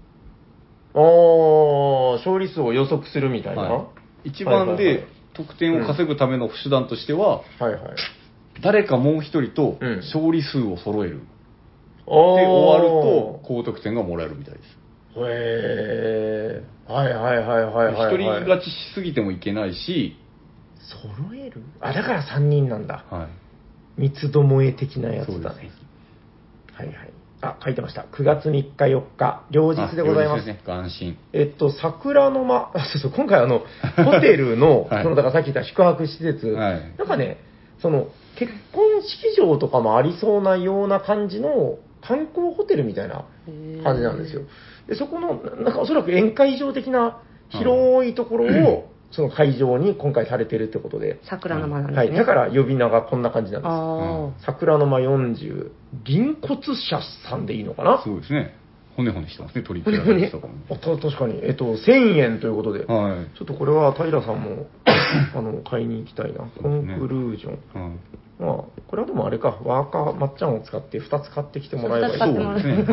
Speaker 2: 勝利数を予測するみたいな。
Speaker 1: 一番で得点を稼ぐための手段としては、誰かもう一人と勝利数を揃える。で、終わると高得点がもらえるみたいです。
Speaker 2: へー。はい。
Speaker 1: 一人勝ちしすぎてもいけないし、
Speaker 2: 揃える？あ、だから3人なんだ。三つどもえ的なやつだね。はい。あ、書いてました。9月3日4日、両日でございます。
Speaker 1: 安心。
Speaker 2: 桜の間、そう、今回ホテルの、だからさっき言った宿泊施設、なんかね、その、結婚式場とかもありそうなような感じの観光ホテルみたいな感じなんですよ。で、そこの、なんかおそらく宴会場的な広いところを、その会場に今回されてるってことで。
Speaker 3: 桜の間なんですね。
Speaker 2: だから呼び名がこんな感じなんです。桜の間40、輪骨社さんでいいのかな？
Speaker 1: そうですね。骨してますね、トリケラトプスとかも。
Speaker 2: 確かに。1000円ということで。ちょっとこれは平さんも、買いに行きたいな。コンクルージョン。まあ、これはでもあれか、ワーカーまっちゃんを使って2つ買ってきてもらえばいい。
Speaker 1: そうですね。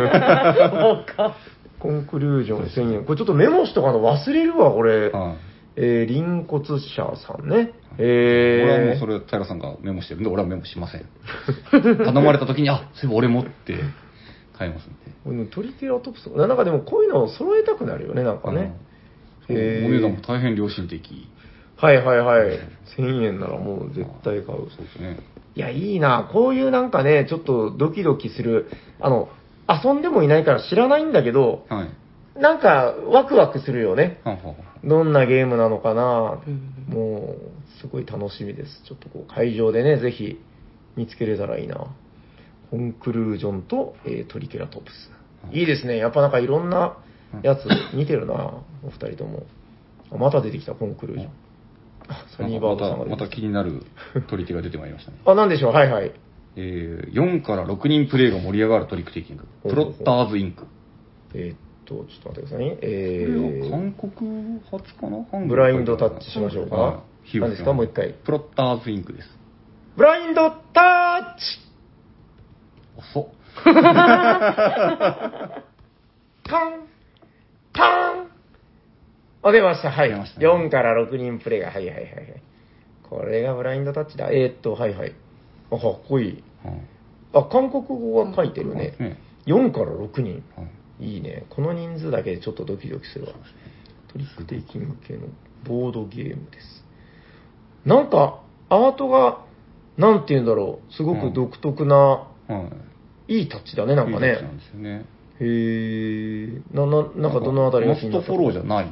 Speaker 2: コンクルージョン1000円。これちょっとメモしとかの忘れるわ、これ。輪骨社さんね。
Speaker 1: 俺はもうそれ、平さんがメモしてるんで、俺はメモしません。頼まれた時に、あ、そういえば俺もって買いますん
Speaker 2: で。トリケラトプス、なんかでもこういうのを揃えたくなるよね、なんかね。
Speaker 1: お値段も大変良心的。
Speaker 2: はい。1000円ならもう絶対買う。
Speaker 1: そうですね。
Speaker 2: いや、いいな。こういうなんかね、ちょっとドキドキする、遊んでもいないから知らないんだけど、なんかワクワクするよね。どんなゲームなのかな、もうすごい楽しみです。ちょっとこう会場でね、ぜひ見つけれたらいいな。コンクルージョンと、トリケラトプス。いいですね。やっぱなんかいろんなやつ似てるな、お二人とも。また出てきた、コンクルージョン。
Speaker 1: サニーバードさんがまた気になる取り手が出てまいりましたね。
Speaker 2: なんでしょう、はい。
Speaker 1: 4から6人プレイが盛り上がるトリックテイキング。プロッターズインク。
Speaker 2: ちょっと待ってくださいね。
Speaker 1: これは韓国発かな？
Speaker 2: ブラインドタッチしましょうか。何ですか、もう一回。
Speaker 1: プロッターズインクです。
Speaker 2: ブラインドタッチ
Speaker 1: 遅っ。
Speaker 2: タンタンあ、出ました。はい。ね、4から6人プレイが。はいはいはい。これがブラインドタッチだ。はいはい。あ、かっこいい。あ、韓国語が書いてるね。4から6人。いいね。この人数だけでちょっとドキドキするわ。トリックテイキング系のボードゲームです。なんか、アートが、なんて言うんだろう。すごく独特な、いいタッチだね、なんかね。いいタッチなんですよね。へー。なんかどのあたりが
Speaker 1: 気になった？マストフォローじゃない。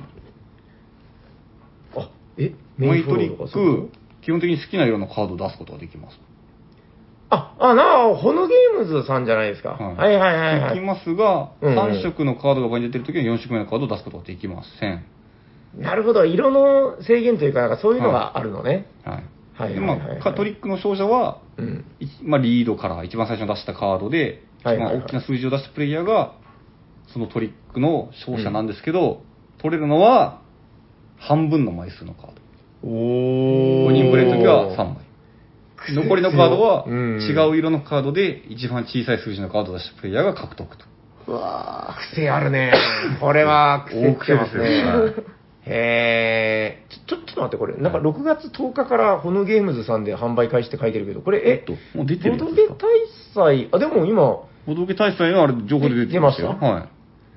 Speaker 2: あ、
Speaker 1: メイトリック、基本的に好きな色のカードを出すことができます。
Speaker 2: ホノゲームズさんじゃないですか。はい。
Speaker 1: できますが、3色のカードが場に出てるときは4色目のカードを出すことができません。
Speaker 2: なるほど、色の制限というか、なんかそういうのがあるのね。
Speaker 1: はい。トリックの勝者は、リードから一番最初に出したカードで、大きな数字を出したプレイヤーが、そのトリックの勝者なんですけど、取れるのは、半分の枚数のカード。5人プレイの時は3枚。残りのカードは違う色のカードで一番小さい数字のカードを出したプレイヤーが獲得と。
Speaker 2: うわー、癖あるね。これは癖つけますね。へー。ちょっと待って、これ。なんか6月10日からホノゲームズさんで販売開始って書いてるけど、これ、
Speaker 1: もう出てるんですか？
Speaker 2: ボドゲ大祭、でも今、
Speaker 1: ボドゲ大祭の情報で出てましたよ。
Speaker 2: はい。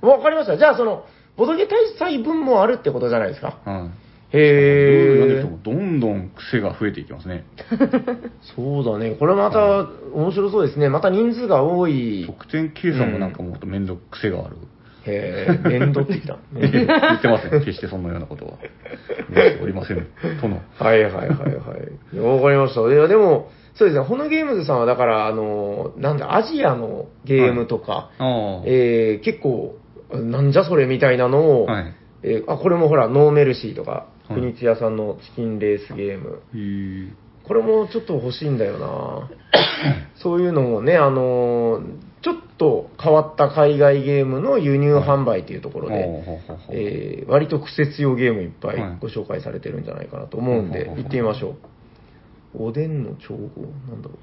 Speaker 2: わかりました。じゃあ、ボドゲ大祭分もあるってことじゃないですか。へ
Speaker 1: ー。どんどん癖が増えていきますね。
Speaker 2: そうだね。これまた面白そうですね。また人数が多い。
Speaker 1: 得点計算もなんかもっと面倒癖がある。
Speaker 2: 面倒ってきた。
Speaker 1: 言ってません。決してそんなようなことは。言っておりません。との。
Speaker 2: はい。わかりました。いや、でも、そうですね。ホノゲームズさんはだから、アジアのゲームとか、結構、なんじゃそれみたいなのを、これもほら、ノーメルシーとか、国津屋さんのチキンレースゲーム。これもちょっと欲しいんだよなそういうのもね、ちょっと変わった海外ゲームの輸入販売というところで、割と癖強ゲームいっぱいご紹介されてるんじゃないかなと思うんで、行ってみましょう。おでんの調合なんだろ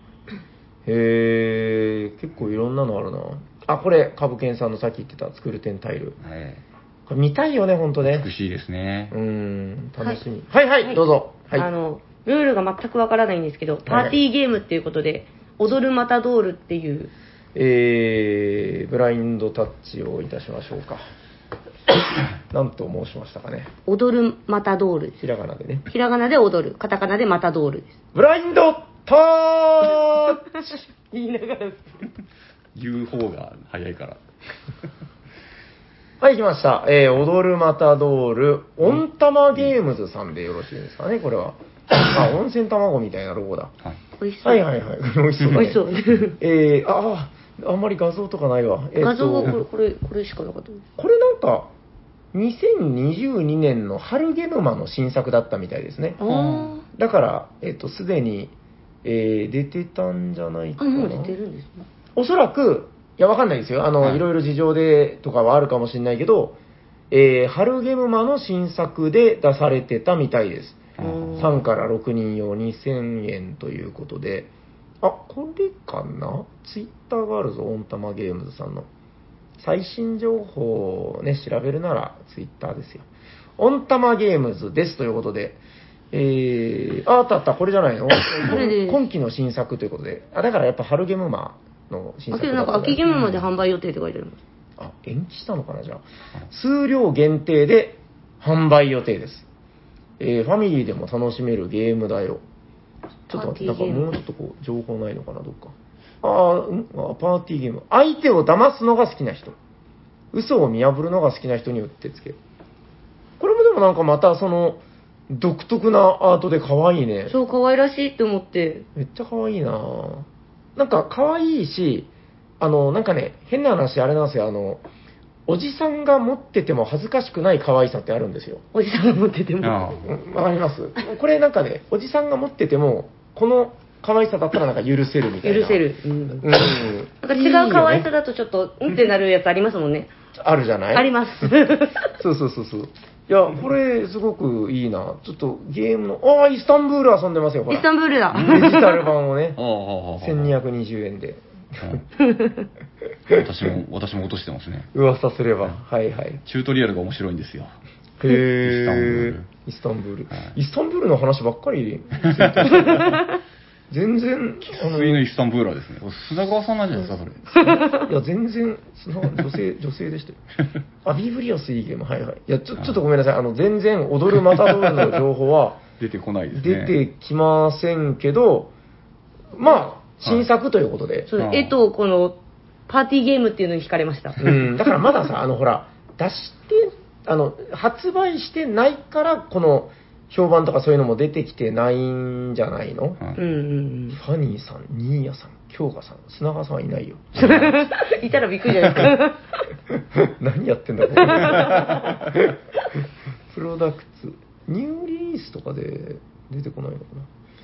Speaker 2: う。結構いろんなのあるな。あ、これ、カブケンさんのさっき言ってた作る点タイル。これ見たいよね、ほんとね。
Speaker 1: 美しいですね。
Speaker 2: 楽しみ。はい、どうぞ。
Speaker 3: ルールが全くわからないんですけど、パーティーゲームっていうことで、踊るマタドールっていう。
Speaker 2: ブラインドタッチをいたしましょうか。何と申しましたかね。
Speaker 3: 踊るマタドールです。
Speaker 2: ひらがなでね。
Speaker 3: ひらがなで踊る。カタカナでマタドールです。
Speaker 2: ブラインドタッチ
Speaker 3: 言いながら。
Speaker 1: 言う方が早いから。
Speaker 2: はい、来ました。踊るマタドール、オンタマゲームズさんでよろしいですかね、これは。温泉卵みたいなロゴだ。
Speaker 3: 美味しそう。
Speaker 2: はい。美味しそうだね。
Speaker 3: 美味しそう。
Speaker 2: あんまり画像とかないわ。
Speaker 3: 画像がこれしかなかった。
Speaker 2: これなんか、2022年の春ゲムマの新作だったみたいですね。だから、すでに、出てたんじゃないかな。
Speaker 3: もう出てるんですね。
Speaker 2: おそらく、いや、わかんないですよ。いろいろ事情でとかはあるかもしれないけど、春ゲムマの新作で出されてたみたいです。3から6人用2000円ということで、これかな？ツイッターがあるぞ、オンタマゲームズさんの。最新情報をね、調べるならツイッターですよ。オンタマゲームズですということで、あった、これじゃないの今期の新作ということで、だからやっぱ春ゲムマの新作だった。
Speaker 3: なんか秋ゲームまで販売予定って書いてあります。
Speaker 2: 延期したのかな、じゃあ。数量限定で販売予定です。ファミリーでも楽しめるゲームだよ。ちょっと待って、なんかもうちょっと情報ないのかな、どっか。パーティーゲーム。相手を騙すのが好きな人。嘘を見破るのが好きな人にうってつけ。これもでもなんかまた独特なアートで可愛いね。
Speaker 3: そう、可愛らしいって思って。
Speaker 2: めっちゃ可愛いなぁ。なんか可愛いし、なんかね、変な話、あれなんですよ、おじさんが持ってても恥ずかしくない可愛さってあるんですよ。
Speaker 3: おじさんが持ってても。
Speaker 2: わかります？これなんかね、おじさんが持ってても、この可愛さだったらなんか許せるみたいな。
Speaker 3: 許せる。なんか違う可愛さだとちょっと、ってなるやつありますもんね。
Speaker 2: あるじゃない？
Speaker 3: あります。
Speaker 2: そう。いや、これすごくいいな。ちょっとゲームの、イスタンブール遊んでますよ、ほら。
Speaker 3: イスタンブールだ。
Speaker 2: デジタル版をね、1220円で。
Speaker 1: 私も落としてますね。
Speaker 2: 噂すれば。はいはい。
Speaker 1: チュートリアルが面白いんですよ。
Speaker 2: へー。イスタンブール。イスタンブールの話ばっかり。全然、
Speaker 1: 生粋のイスタンブーラーですね。砂川さんなんじゃないですか、
Speaker 2: それ。いや、全然、女性でしたよ。あ、ビーブリアスいいゲーム、はいはい。いや、ちょっとごめんなさい。全然、踊るマタドールの情報は、
Speaker 1: 出てこないですね。
Speaker 2: 出てきませんけど、まあ、新作ということで。
Speaker 3: そう、絵とこの、パーティーゲームっていうのに惹かれました。
Speaker 2: うん、だからまださ、ほら、出して、発売してないから、この、評判とかそういうのも出てきてないんじゃないの、
Speaker 3: うんうんうん、
Speaker 2: ファニーさん、ニーヤさん、京香さん、砂川さんはいないよ。
Speaker 3: いたらびっくりじゃないですか。
Speaker 2: 何やってんだ、これ。プロダクツ、ニューリリースとかで出てこないのかな。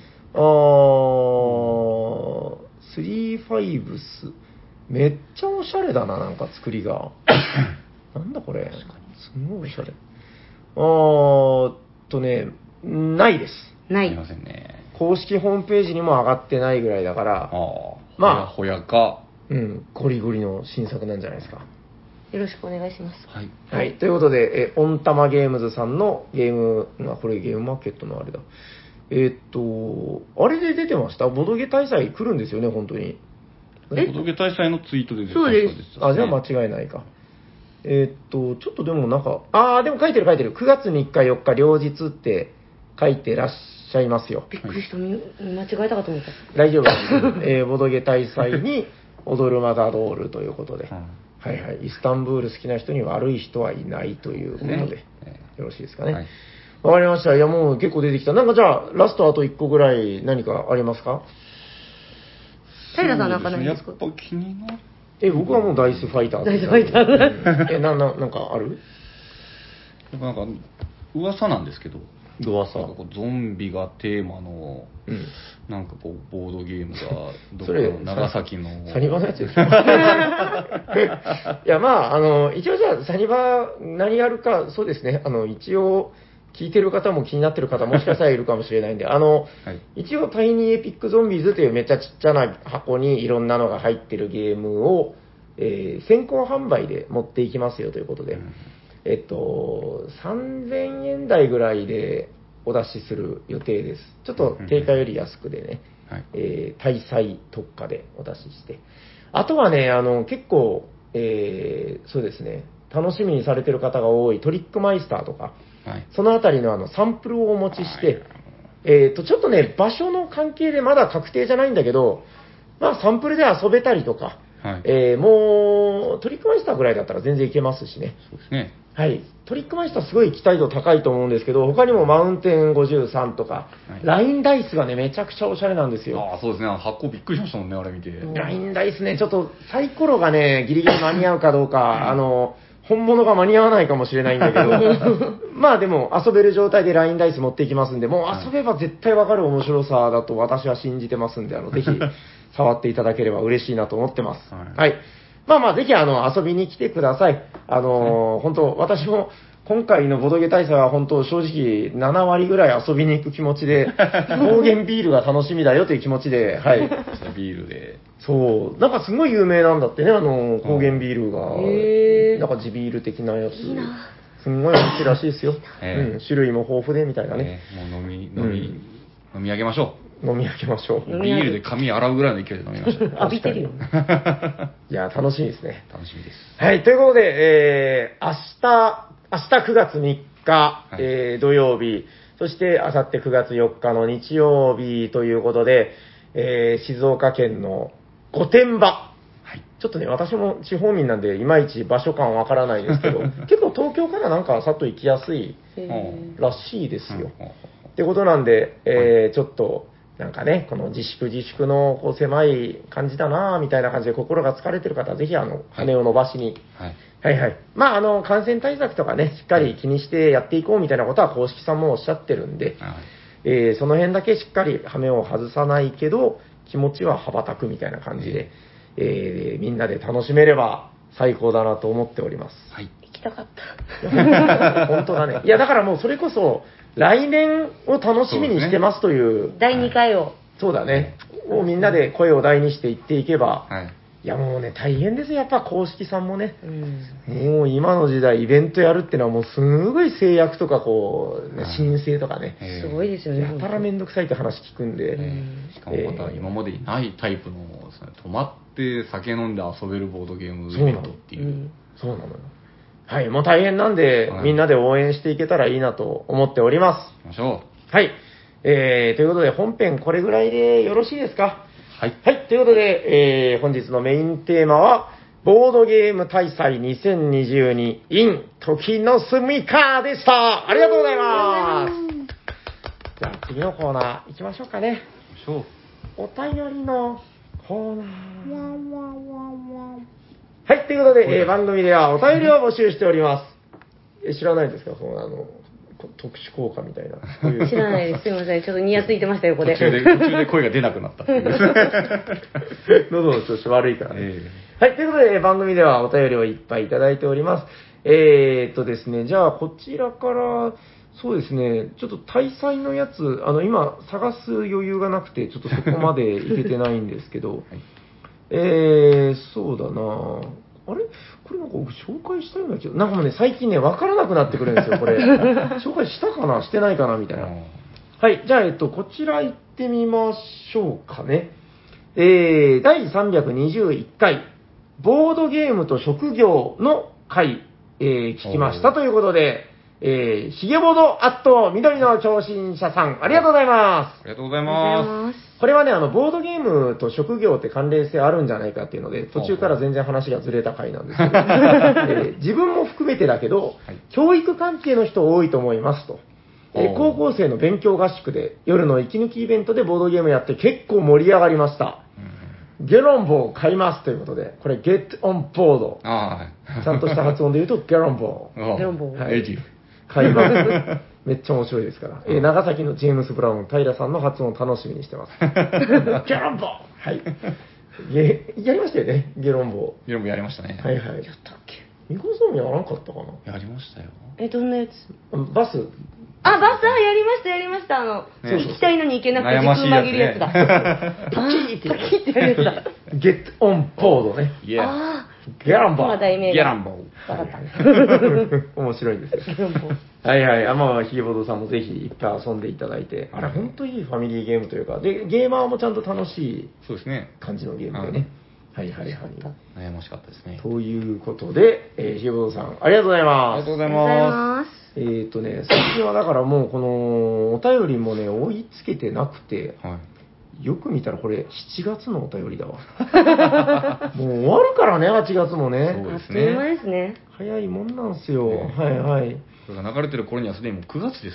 Speaker 2: スリーファイブス。めっちゃおしゃれだな、なんか作りが。なんだこれ。すごいおしゃれ。ないです。
Speaker 3: ない。
Speaker 1: すいませんね。
Speaker 2: 公式ホームページにも上がってないぐらいだから、
Speaker 1: まあ、ほやか。
Speaker 2: うん、ゴリゴリの新作なんじゃないですか。
Speaker 3: よろしくお願いします。
Speaker 1: はい。
Speaker 2: はい。ということで、オンタマゲームズさんのゲーム、これゲームマーケットのあれだ。あれで出てましたボドゲ大祭来るんですよね、本当に。
Speaker 1: ボドゲ大祭のツイートで出て
Speaker 3: そうです。
Speaker 2: あ、じゃあ間違いないか。ちょっとでもなんか、でも書いてる。9月3日4日両日って書いてらっしゃいますよ。
Speaker 3: びっくりした。間違えたかと思った。
Speaker 2: 大丈夫。ボドゲ大祭に踊るマザドールということで。はいはい。イスタンブール好きな人に悪い人はいないということで。よろしいですかね。わかりました。いや、もう結構出てきた。なんかじゃあ、ラストあと1個ぐらい何かありますか？
Speaker 3: 平さんなんかないですか？
Speaker 1: やっぱ気になる。
Speaker 2: 僕はもうダイスファイターズ。
Speaker 3: ダイスファイター
Speaker 2: ズ。なんかある？
Speaker 1: なんか、噂なんですけど。
Speaker 2: 噂。
Speaker 1: なんかこうゾンビがテーマの、なんかこう、ボードゲームが、どこの長崎の。
Speaker 2: サニバのやつですよ。いや、まあ、一応じゃあ、サニバ何やるか、そうですね。一応、聞いてる方も気になってる方もしかしたらいるかもしれないんで、一応、タイニーエピックゾンビーズというめっちゃちっちゃな箱にいろんなのが入ってるゲームを、先行販売で持っていきますよということで、3000円台ぐらいでお出しする予定です。ちょっと定価より安くでね、大祭特価でお出しして。あとはね、結構、そうですね、楽しみにされてる方が多いトリックマイスターとか、そのあたりのサンプルをお持ちして、ちょっとね、場所の関係でまだ確定じゃないんだけど、まあサンプルで遊べたりとか、もうトリックマイスターぐらいだったら全然いけますしね。
Speaker 1: そうですね。
Speaker 2: はい。トリックマイスターすごい期待度高いと思うんですけど、他にもマウンテン53とか、ラインダイスがね、めちゃくちゃおしゃれなんですよ。
Speaker 1: そうですね。発行びっくりしましたもんね、あれ見て。
Speaker 2: ラインダイスね、ちょっとサイコロがね、ギリギリ間に合うかどうか、本物が間に合わないかもしれないんだけど、まあでも遊べる状態でラインダイス持っていきますんで、もう遊べば絶対わかる面白さだと私は信じてますんで、ぜひ触っていただければ嬉しいなと思ってます。はい。まあまあ、ぜひ遊びに来てください。本当私も今回のボドゲ大祭は本当正直7割ぐらい遊びに行く気持ちで、高原ビールが楽しみだよという気持ちで、はい。
Speaker 1: ビールで。
Speaker 2: そう。なんかすごい有名なんだってね、高原ビールが。なんか地ビール的なやつ。すんごい美味しいらしいですよ。種類も豊富でみたいなね。
Speaker 1: もう飲み上げましょ
Speaker 2: う。飲み上げましょう。
Speaker 1: ビールで髪洗うぐらいの勢いで飲みましょう。
Speaker 3: 浴びてるよ。
Speaker 2: いや、楽しみですね。
Speaker 1: 楽しみです。
Speaker 2: はい、ということで、明日9月3日、土曜日、そして明後日9月4日の日曜日ということで、静岡県の御殿場。ちょっとね、私も地方民なんで、いまいち場所感わからないですけど、結構東京からなんかさっと行きやすいらしいですよ。ってことなんで、ちょっと、なんかね、この自粛のこう狭い感じだなみたいな感じで心が疲れてる方は、ぜひ羽を伸ばしに、はいはい。まあ、感染対策とかね、しっかり気にしてやっていこうみたいなことは公式さんもおっしゃってるんで、その辺だけしっかり羽目を外さないけど、気持ちは羽ばたくみたいな感じで、みんなで楽しめれば最高だなと思っております。
Speaker 3: はい。行きたかった。
Speaker 2: 本当だね。いや、だからもうそれこそ、来年を楽しみにしてますという。
Speaker 3: 第2回を。
Speaker 2: そうだね。をみんなで声を大にして言っていけば、はい。いやもうね、大変ですよ、やっぱ公式さんもね。もう今の時代、イベントやるってのはもうすごい制約とかこう、ね、申請とかね。
Speaker 3: すごいですよね。
Speaker 2: やたらめんどくさいって話聞くんで。
Speaker 1: しかもまた今までにないタイプの、泊まって酒飲んで遊べるボードゲームイベントっていう。
Speaker 2: そうなのよ。はい、もう大変なんで、はい、みんなで応援していけたらいいなと思っております。
Speaker 1: 行きましょ
Speaker 2: う。はい。ということで本編これぐらいでよろしいですか？はい。はい。ということで、本日のメインテーマは、ボードゲーム大祭2022 in 時の住みかでした。ありがとうございます。じゃあ次のコーナー行きましょうかね。お便りのコーナー。はい。ということで、番組ではお便りを募集しております。知らないですか？特殊効果みたいな。
Speaker 3: 知らないです。すいません。ちょっとニヤついてましたよ、横で。
Speaker 1: 途中で声が出なくなったっていう。
Speaker 2: 喉の調子悪いからね。はい、ということで、番組ではお便りをいっぱいいただいております。ですね、じゃあ、こちらから、そうですね、ちょっと大祭のやつ、今、探す余裕がなくて、ちょっとそこまでいけてないんですけど、そうだなあれこれなんか僕紹介したような気が、なんかもうね、最近ね、わからなくなってくるんですよ、これ。紹介したかなしてないかなみたいな。はい、じゃあ、こちら行ってみましょうかね。第321回、ボードゲームと職業の回、聞きましたということで、ひげボードアット緑の超新者さん、ありがとうございます。
Speaker 1: ありがとうございます。
Speaker 2: これはね、ボードゲームと職業って関連性あるんじゃないかっていうので、途中から全然話がずれた回なんですけど、自分も含めてだけど、教育関係の人多いと思いますと。高校生の勉強合宿で夜の息抜きイベントでボードゲームやって結構盛り上がりました。ゲロンボを買いますということで、これ、Get on Board。ちゃんとした発音で言うと、ゲロンボー。
Speaker 3: ゲロンボー。
Speaker 2: はい。買います。めっちゃ面白いですから。長崎のジェームス・ブラウン、平さんの発音を楽しみにしてます。ゲロンボーはい。やりましたよね、ゲロンボ
Speaker 1: ー。ゲロンボーやりましたね。
Speaker 2: はいはい。やったっけ？ミコさんもやらなかったかな？
Speaker 1: やりましたよ。
Speaker 3: どんなやつ？
Speaker 2: バス。
Speaker 3: バスはやりました。行きたいのに行けなくて時空紛るやつだ。
Speaker 2: パキってやるやつだ。Get on board ね。
Speaker 1: ギャ
Speaker 2: ランボー。
Speaker 1: ギャランボー。
Speaker 3: わかった。
Speaker 2: 面白いんですよ。はいはい。まあ、ヒゲボードさんもぜひいっぱい遊んでいただいて、あれ本当いいファミリーゲームというか、で、ゲーマーもちゃんと楽しい感じのゲームでね。はいはいはい。
Speaker 1: 悩ましかったですね。
Speaker 2: ということで、ヒゲボードさん、ありがとうございます。
Speaker 1: ありがとうございます。
Speaker 2: 最近はだからもうこのお便りもね、追いつけてなくて、よく見たらこれ7月のお便りだわ。もう終わるからね、8月もね。
Speaker 1: そうですね。
Speaker 3: あっという間ですね。
Speaker 2: 早いもんなんすよ。はいはい。
Speaker 1: これが流れてる頃にはすでにもう9月です。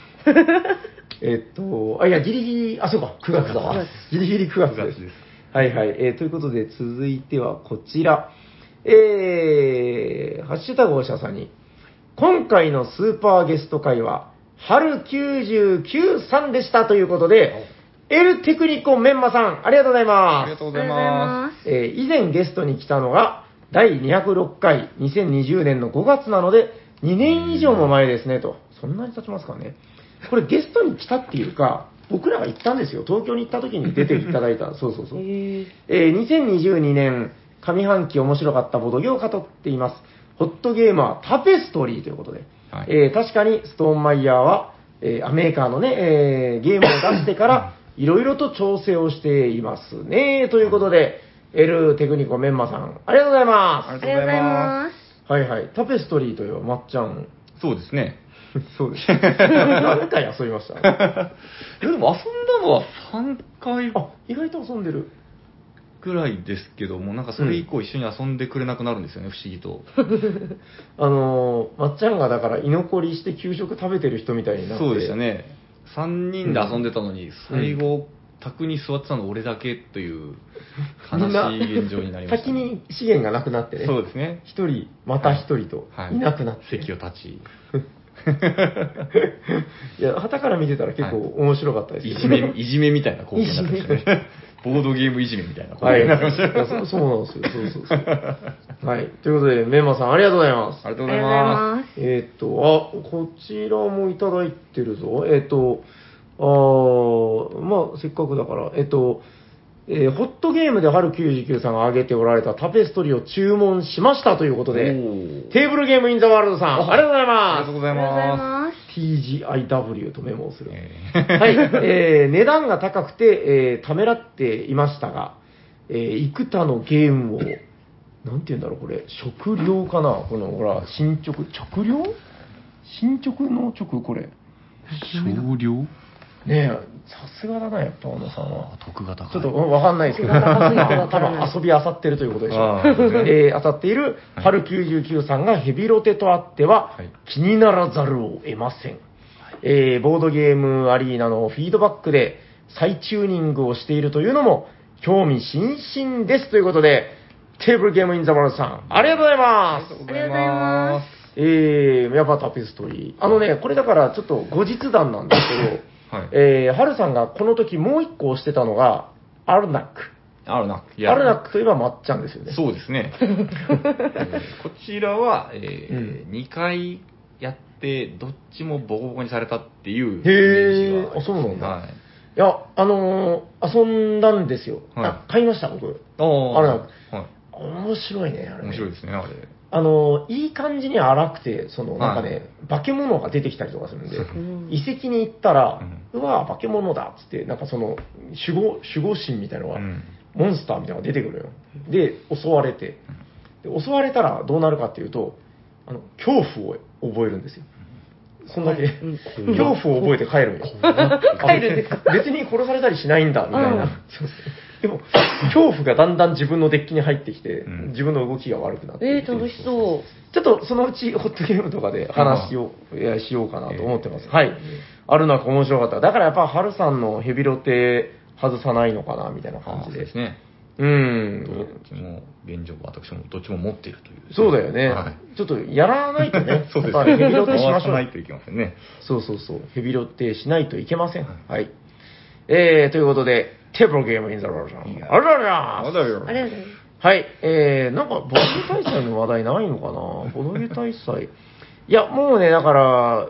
Speaker 2: いや、ギリギリ、そうか、9月だわ。ギリギリ9月です。はいはい。ということで、続いてはこちら。ハッシュタグおしゃさんに、今回のスーパーゲスト会は、春99さんでしたということで、エルテクニコメンマさん、ありがとうございます。
Speaker 1: ありがとうございます。
Speaker 2: 以前ゲストに来たのが、第206回、2020年の5月なので、2年以上も前ですね、と。そんなに経ちますかね。これゲストに来たっていうか、僕らが行ったんですよ。東京に行った時に出ていただいた。そう。2022年、上半期面白かったボドゲを語っています。ホットゲーマータペストリーということで。確かにストーンマイヤーは、メーカーのね、ゲームを出してから、いろいろと調整をしていますね。ということで、エルテクニコメンマさん、ありがとうございます。
Speaker 3: ありがとうございます。
Speaker 2: はいはい。タペストリーというのは、まっちゃん。
Speaker 1: そうですね。
Speaker 2: そうです。何回遊びました？
Speaker 1: でも遊んだのは3回。
Speaker 2: 意外と遊んでる。
Speaker 1: ぐらいですけども、なんかそれ以降一緒に遊んでくれなくなるんですよね、不思議と。
Speaker 2: まっちゃんがだから居残りして給食食べてる人みたいになって。
Speaker 1: そうでしたね。3人で遊んでたのに、最後、卓に座ってたの俺だけという悲しい現状になりました、
Speaker 2: 先に資源がなくなってね。
Speaker 1: そうですね。
Speaker 2: 一人、また一人と、いなくなって。
Speaker 1: 席を立ち。
Speaker 2: いや、旗から見てたら結構面白かったです、
Speaker 1: ね。いじめみたいな光景になってましたね。ボードゲームいじめみたいな光景になりました。
Speaker 2: そうなんですよ。そう。はい。ということで、メンマさんありがとうございます。
Speaker 1: ありがとうございます。
Speaker 2: こちらもいただいてるぞ。 まあ、せっかくだから、ホットゲームで春99さんが挙げておられたタペストリーを注文しましたということで、テーブルゲームインザワールドさん、ありがとうございます。
Speaker 1: ありがとうございます。
Speaker 2: TGIW とメモをする。はい、値段が高くて、ためらっていましたが、幾多のゲームを、なんて言うんだろう、これ、食料かな、この、ほら、進捗、直料進捗の直、これ。
Speaker 1: 少量
Speaker 2: ねえ、さすがだな、やっぱ、小野さんは。
Speaker 1: 得が高い。
Speaker 2: ちょっとわかんないですけど、多分遊び漁ってるということでしょう。漁っている、春99さんがヘビロテとあっては、気にならざるを得ません。ボードゲームアリーナのフィードバックで再チューニングをしているというのも、興味津々ですということで、テーブルゲームインザワールドさん、ありがとうございます。
Speaker 3: ありがとうございます。
Speaker 2: やっぱタペストリー。これだからちょっと後日談なんですけど、ハルさんがこの時もう一個押してたのが、アルナック。アルナックといえばまっちゃんですよね。
Speaker 1: そうですね。こちらは、2回やって、どっちもボコボコにされたっていうイメージが、
Speaker 2: そうなんだ。いや、遊んだんですよ。買いました、僕。あれなんか。面白いね、あれ。
Speaker 1: 面白いですね、あれ。
Speaker 2: いい感じに荒くて、なんかね、化け物が出てきたりとかするんで、遺跡に行ったら、うわ化け物だっつって、なんか守護神みたいなのが、モンスターみたいなのが出てくるよ。で、襲われて。で襲われたらどうなるかっていうと、恐怖を覚えるんですよ。そんだけ、恐怖を覚えて帰るんよ。
Speaker 3: 帰るんですか？
Speaker 2: 別に殺されたりしないんだ、みたいな。でも、恐怖がだんだん自分のデッキに入ってきて、自分の動きが悪くなって。
Speaker 3: 楽しそう。
Speaker 2: ちょっとそのうちホットゲームとかで話をしようかなと思ってます。はい。あるなく面白かった。だからやっぱ、ハルさんのヘビロテ外さないのかな、みたいな感じで。
Speaker 1: ですね。
Speaker 2: どっ
Speaker 1: ちも、現状、私もどっちも持っているという。
Speaker 2: そうだよね。ちょっとやらないとね。
Speaker 1: そうですね。
Speaker 2: ヘビロテしましょう。
Speaker 1: ないといけませんね。
Speaker 2: そう。ヘビロテしないといけません。はい。ということで、テーブルゲームインザロールさん。ありがとうございます。
Speaker 3: ありがとうございます。
Speaker 2: はい。なんか、ボドゲ大祭の話題ないのかなボドゲ大祭。いや、もうね、だから、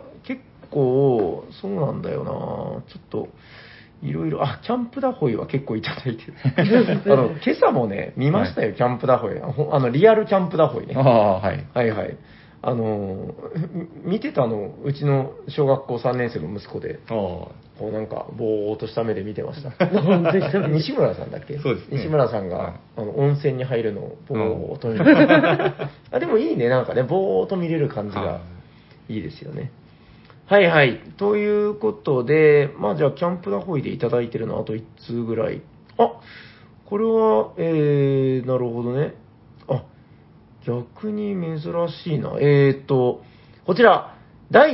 Speaker 2: 結構、そうなんだよなちょっと、いろいろ、キャンプダホイは結構いただいてる。今朝もね、見ましたよ、キャンプダホイ。リアルキャンプダホイね。
Speaker 1: はい。
Speaker 2: はいはい。見てたの、うちの小学校3年生の息子で、こうなんか、ぼーっとした目で見てました。西村さんだっけ？
Speaker 1: そうですね。
Speaker 2: 西村さんが、温泉に入るのをぼーっと見てでもいいね、なんかね、ぼーっと見れる感じがいいですよね。はいはい。ということで、まあじゃあ、キャンプダホイでいただいてるのあと1通ぐらい。これは、なるほどね。逆に珍しいな。こちら、第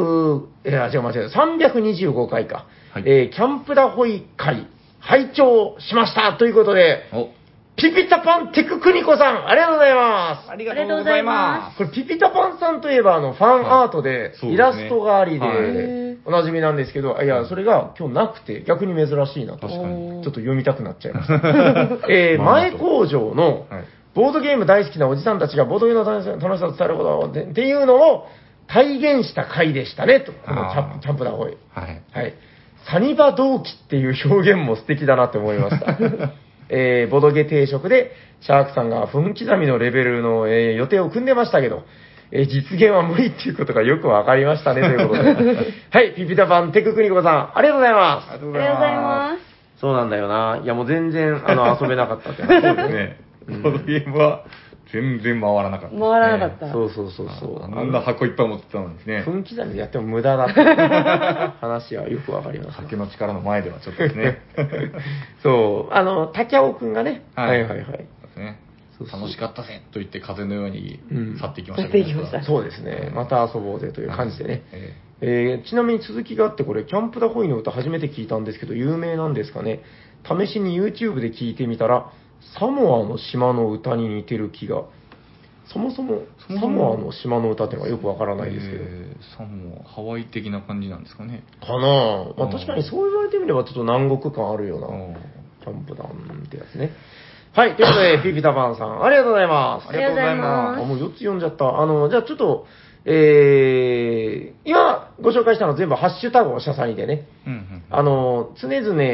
Speaker 2: 325回か。キャンプダホイ会、拝聴しましたということで、ピピタパンテククニコさん、ありがとうございます。
Speaker 3: ありがとうございます。
Speaker 2: これ、ピピタパンさんといえば、ファンアートで、イラストがありで、おなじみなんですけど、いや、それが今日なくて、逆に珍しいなと。ちょっと読みたくなっちゃいました。前工場の、ボードゲーム大好きなおじさんたちがボードゲームの楽しさを伝えることっていうのを体現した回でしたね、と。このキャンプダホイ。はい。サニバ同期っていう表現も素敵だなって思いました。ボドゲ定食で、シャークさんが分刻みのレベルの、予定を組んでましたけど、実現は無理っていうことがよくわかりましたね、ということで。はい、ピピタパンテククニコさん、ありがとうございます。
Speaker 3: ありがとうございます。
Speaker 2: そうなんだよな。いや、もう全然、遊べなかったって話
Speaker 1: そうですね。ボードゲームは全然回らなかった、
Speaker 3: 回らなかった。
Speaker 2: そう。
Speaker 1: あんな箱いっぱい持ってたのにね。
Speaker 2: 分刻みでやっても無駄だって話はよくわかります。
Speaker 1: 酒の力の前ではちょっとですね。
Speaker 2: そう。竹尾くんがね。はい。
Speaker 1: 楽しかったぜと言って風のように去っていきました
Speaker 3: けど、
Speaker 2: そうですね。また遊ぼうぜという感じでね。ちなみに続きがあって、これ、キャンプダホイの歌初めて聞いたんですけど、有名なんですかね。試しに YouTube で聞いてみたら、サモアの島の歌に似てる気が。そもそもサモアの島の歌っていうのはよくわからないですけど。
Speaker 1: サモア、ハワイ的な感じなんですかね。
Speaker 2: かなぁ。確かにそう言われてみればちょっと南国感あるような、キャンプダウンってやつね。はい、ということで、ピピタパンさん、ありがとうございます。
Speaker 3: ありがとうございます。
Speaker 2: もう4つ読んじゃった。じゃあちょっと、今ご紹介したの全部ハッシュタグをシャサニでね、 常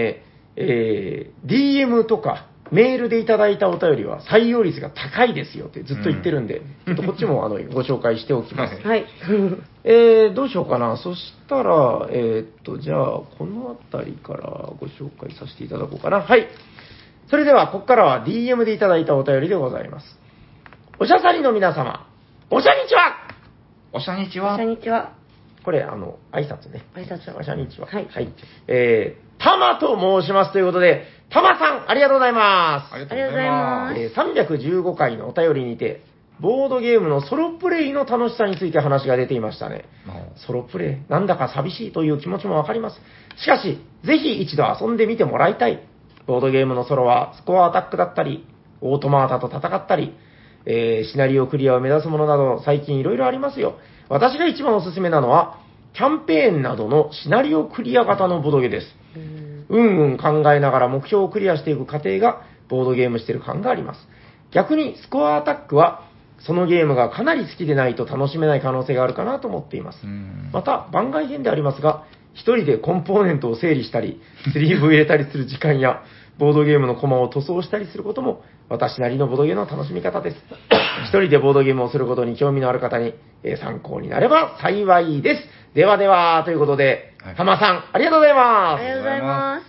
Speaker 2: 々、DM とか、メールでいただいたお便りは採用率が高いですよってずっと言ってるんで、ちょっとこっちもご紹介しておきます。
Speaker 3: はい。
Speaker 2: どうしようかな。そしたら、じゃあ、このあたりからご紹介させていただこうかな。はい。それでは、ここからは DM でいただいたお便りでございます。おしゃさりの皆様、おしゃにちは。
Speaker 1: おしゃにちは。
Speaker 3: おしゃにちは。
Speaker 2: これ、挨拶ね。
Speaker 3: 挨拶。
Speaker 2: おしゃにちは。
Speaker 3: はい。
Speaker 2: はい。たまと申しますということで、たまさん、ありがとうございます。
Speaker 1: ありがとうございま
Speaker 3: す。
Speaker 2: 315回のお便りにて、ボードゲームのソロプレイの楽しさについて話が出ていましたね。ソロプレイ、なんだか寂しいという気持ちもわかります。しかし、ぜひ一度遊んでみてもらいたい。ボードゲームのソロはスコアアタックだったり、オートマータと戦ったり、シナリオクリアを目指すものなど最近いろいろありますよ。私が一番おすすめなのは、キャンペーンなどのシナリオクリア型のボードゲです。考えながら目標をクリアしていく過程がボードゲームしている感があります。逆にスコアアタックはそのゲームがかなり好きでないと楽しめない可能性があるかなと思っています。また番外編でありますが、一人でコンポーネントを整理したり、スリーブを入れたりする時間や、ボードゲームのコマを塗装したりすることも私なりのボードゲームの楽しみ方です。一人でボードゲームをすることに興味のある方に参考になれば幸いです。ではでは、ということで、たまさん、ありがとうございます。
Speaker 3: ありがとうございます。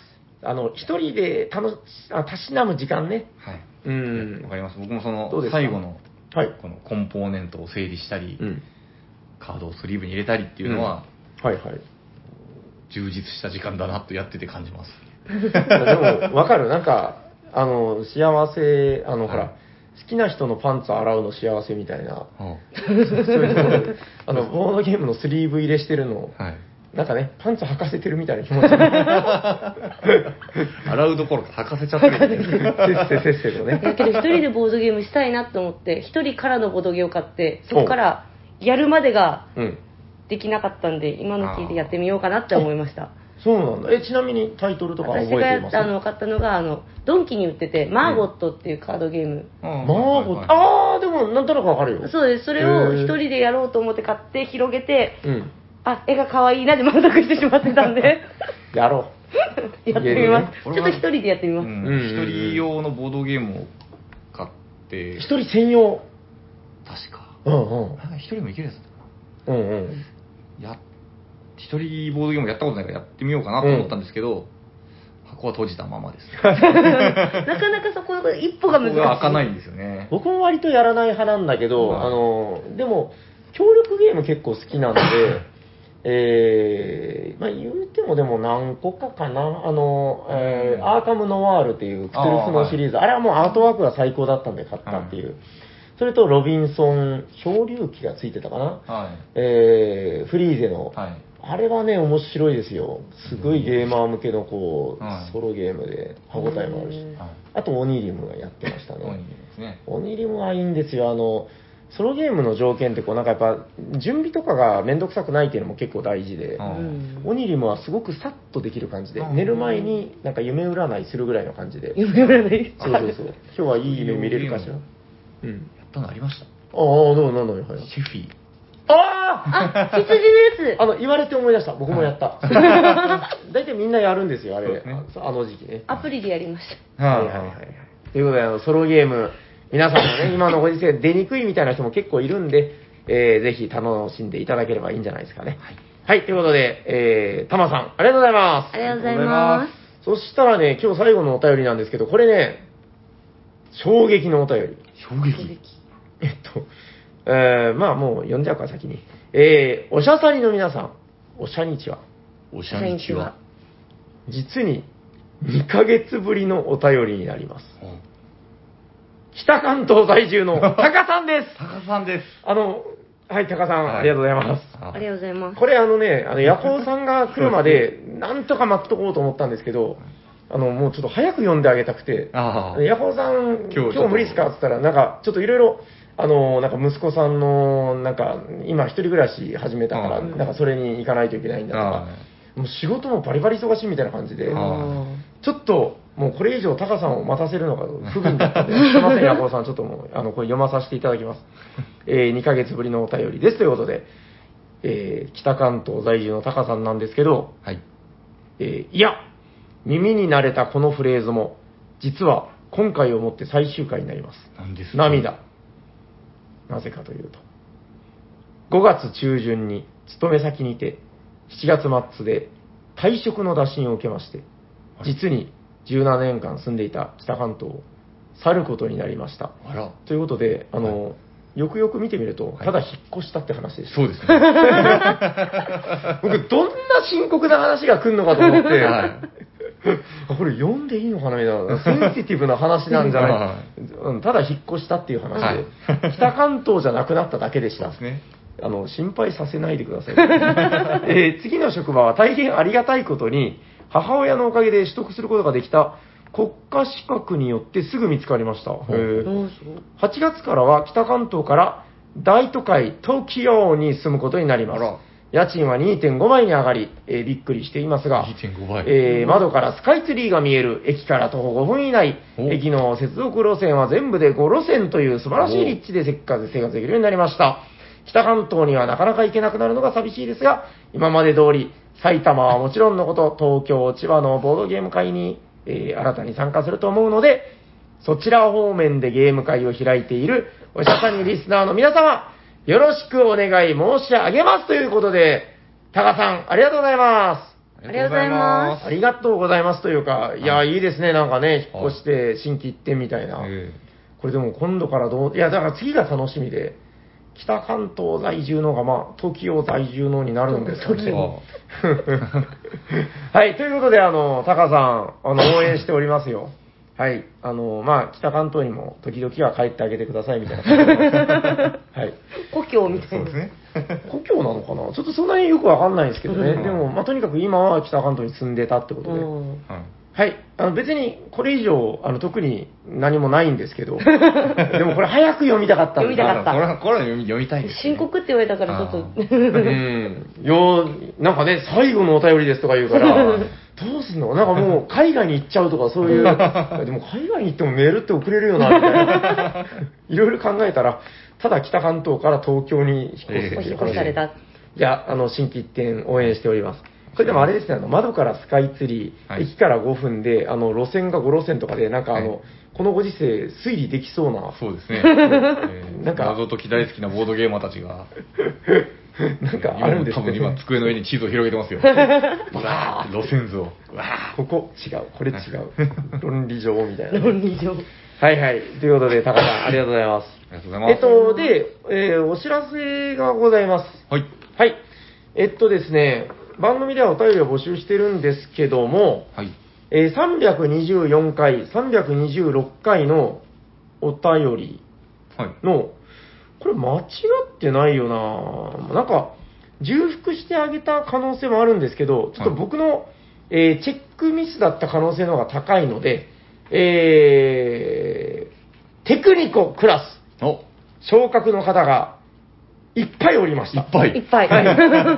Speaker 2: 一人でたしなむ時間ね。
Speaker 1: はい。わかります。僕もその、最後の、このコンポーネントを整理したり、カードをスリーブに入れたりっていうのは、充実した時間だなとやってて感じます。
Speaker 2: でも、わかる。なんか、幸せ、ほら、好きな人のパンツ洗うの幸せみたいな、そういうボードゲームのスリーブ入れしてるの、なんかね、パンツ履かせてるみたいな気持ち。
Speaker 1: 洗うどころか履かせちゃってる。
Speaker 2: せっせとね。
Speaker 3: だけど一人でボードゲームしたいなと思って、一人からのボードゲームを買って、そこからやるまでができなかったんで、今の聞いてやってみようかなって思いました。
Speaker 2: そうなんだ。ちなみにタイトルとか覚えてます？
Speaker 3: 私が買ったのが、ドンキに売ってて、マーゴットっていうカードゲーム。
Speaker 2: マーゴット、でもなんとなくわかるよ。
Speaker 3: そうです。それを一人でやろうと思って買って広げて、絵が可愛いなで満足してしまってたんで。
Speaker 2: やろ
Speaker 3: う。やってみます。ちょっと一人でやってみます。
Speaker 1: 一人用のボードゲームを買って。
Speaker 2: 一人専用。
Speaker 1: 確か。
Speaker 2: 一
Speaker 1: 人もいけるやつだな。一人ボードゲームやったことないからやってみようかなと思ったんですけど、箱は閉じたままです。
Speaker 3: なかなかそこ一歩が難しい。
Speaker 1: 開かないんですよね。
Speaker 2: 僕も割とやらない派なんだけど、でも、協力ゲーム結構好きなんで、言うてもでも何個かかな。アーカムノワールっていうクトゥルフのシリーズ、あれはもうアートワークが最高だったんで買ったっていう。それとロビンソン、漂流記がついてたかな。フリーゼの、あれはね、面白いですよ。すごいゲーマー向けのソロゲームで歯応えもあるし。あと、オニリムがやってましたね。オニリムはいいんですよ。ソロゲームの条件ってなんかやっぱ、準備とかがめんどくさくないっていうのも結構大事で、オニリムはすごくさっとできる感じで、寝る前になんか夢占いするぐらいの感じで。
Speaker 3: 夢占い
Speaker 2: そう。今日はいい夢見れるかしら。や
Speaker 1: ったのありました。
Speaker 2: どうなんだよ。
Speaker 1: シェフィー。
Speaker 3: 羊のやつ。
Speaker 2: 言われて思い出した。僕もやった。大体みんなやるんですよ、あれ。あの時期ね。
Speaker 3: アプリでやりました。
Speaker 2: ということで、ソロゲーム、皆さんもね、今のご時世出にくいみたいな人も結構いるんで、ぜひ楽しんでいただければいいんじゃないですかね。はい、ということで、たまさん、ありがとうございます。
Speaker 3: ありがとうございます。
Speaker 2: そしたらね、今日最後のお便りなんですけど、これね、衝撃のお便り。
Speaker 1: 衝撃
Speaker 2: もう読んじゃうか、先に。おしゃさりの皆さん、おしゃにちは。
Speaker 1: おしゃにちは。
Speaker 2: 実に2ヶ月ぶりのお便りになります。北関東在住のタカさんです。
Speaker 1: タカさんです。
Speaker 2: はい、タカさん、ありがとうございます。
Speaker 3: ありがとうございます。
Speaker 2: これヤコウさんが来るまで、なんとか待っとこうと思ったんですけど、もうちょっと早く読んであげたくて、ヤコウさん、今日無理っすかって言ったら、なんか、ちょっといろいろ、なんか息子さんの、なんか、今一人暮らし始めたから、なんかそれに行かないといけないんだとか、もう仕事もバリバリ忙しいみたいな感じで、ちょっと、もうこれ以上タカさんを待たせるのが不憫だったんで、すいません、ヤコウさん、ちょっともう、これ読まさせていただきます。2ヶ月ぶりのお便りですということで、北関東在住のタカさんなんですけど、 いや、耳に慣れたこのフレーズも、実は今回をもって最終回になります。
Speaker 1: 何ですか？
Speaker 2: 涙。なぜかというと、5月中旬に勤め先にて、7月末で退職の打診を受けまして、実に17年間住んでいた北関東を去ることになりました。
Speaker 1: あら。
Speaker 2: ということで、よくよく見てみると、ただ引っ越したって話でした。
Speaker 1: そうですね。
Speaker 2: 僕、どんな深刻な話が来るのかと思って、これ読んでいいのかなみたいな、センシティブな話なんじゃない、ただ引っ越したっていう話で、北関東じゃなくなっただけでした。
Speaker 1: そうですね。
Speaker 2: 心配させないでください。次の職場は大変ありがたいことに、母親のおかげで取得することができた国家資格によってすぐ見つかりました。8月からは北関東から大都会東京に住むことになります。家賃は 2.5 倍に上がり、びっくりしていますが、
Speaker 1: 2.5倍、
Speaker 2: 窓からスカイツリーが見える、駅から徒歩5分以内、駅の接続路線は全部で5路線という素晴らしい立地で生活できるようになりました。北関東にはなかなか行けなくなるのが寂しいですが、今まで通り、埼玉はもちろんのこと、東京、千葉のボードゲーム会に、新たに参加すると思うので、そちら方面でゲーム会を開いているお医者さんにリスナーの皆様、よろしくお願い申し上げますということで、タカさん、ありがとうございます。
Speaker 3: ありがとうございます。
Speaker 2: ありがとうございますというか、いや、いいですね、なんかね、引っ越して新規一点みたいな。これでも今度からいや、だから次が楽しみで、北関東在住のが、東京在住のになるんですかね。はい、ということで、タカさん、応援しておりますよ。はい、北関東にも時々は帰ってあげてくださいみたいな感じで。はい。
Speaker 3: 故郷みたいな。
Speaker 1: そうですね。
Speaker 2: 故郷なのかなちょっとそんなによくわかんないんですけどね。でも、とにかく今は北関東に住んでたってことで。はい。別にこれ以上、特に何もないんですけど。でもこれ早く読みたかったんです。
Speaker 3: 読みたかった。
Speaker 1: これは読みたいんです、ね。
Speaker 3: 深刻って言われたからちょっと。
Speaker 2: なんかね、最後のお便りですとか言うから、どうすんのなんかもう海外に行っちゃうとかそういう。でも海外に行ってもメールって送れるよな、みたいな。いろいろ考えたら、ただ北関東から東京に
Speaker 3: 引っ越された。
Speaker 2: いや、新規一点応援しております。これでもあれですね、窓からスカイツリー、駅から5分で、路線が5路線とかで、なんかこのご時世、推理できそうな。
Speaker 1: そうですね。
Speaker 2: なんか、
Speaker 1: 謎解き大好きなボードゲーマーたちが。
Speaker 2: なんかあるんです
Speaker 1: 多分今、机の上に地図を広げてますよ。うわー、路線図を。うわ
Speaker 2: ー。ここ違う、これ違う。論理上みたいな。
Speaker 3: 論理上。
Speaker 2: はいはい。ということで、タカさん、ありがとうございます。
Speaker 1: ありがとうございます。
Speaker 2: で、お知らせがございます。
Speaker 1: はい。
Speaker 2: はい。ですね、番組ではお便りを募集してるんですけども、
Speaker 1: はい。
Speaker 2: 324回、326回のお便りの、これ間違ってないよななんか、重複してあげた可能性もあるんですけど、ちょっと僕の、チェックミスだった可能性の方が高いので、テクニコクラス、昇格の方がいっぱいおりました。
Speaker 3: いっぱい。はい。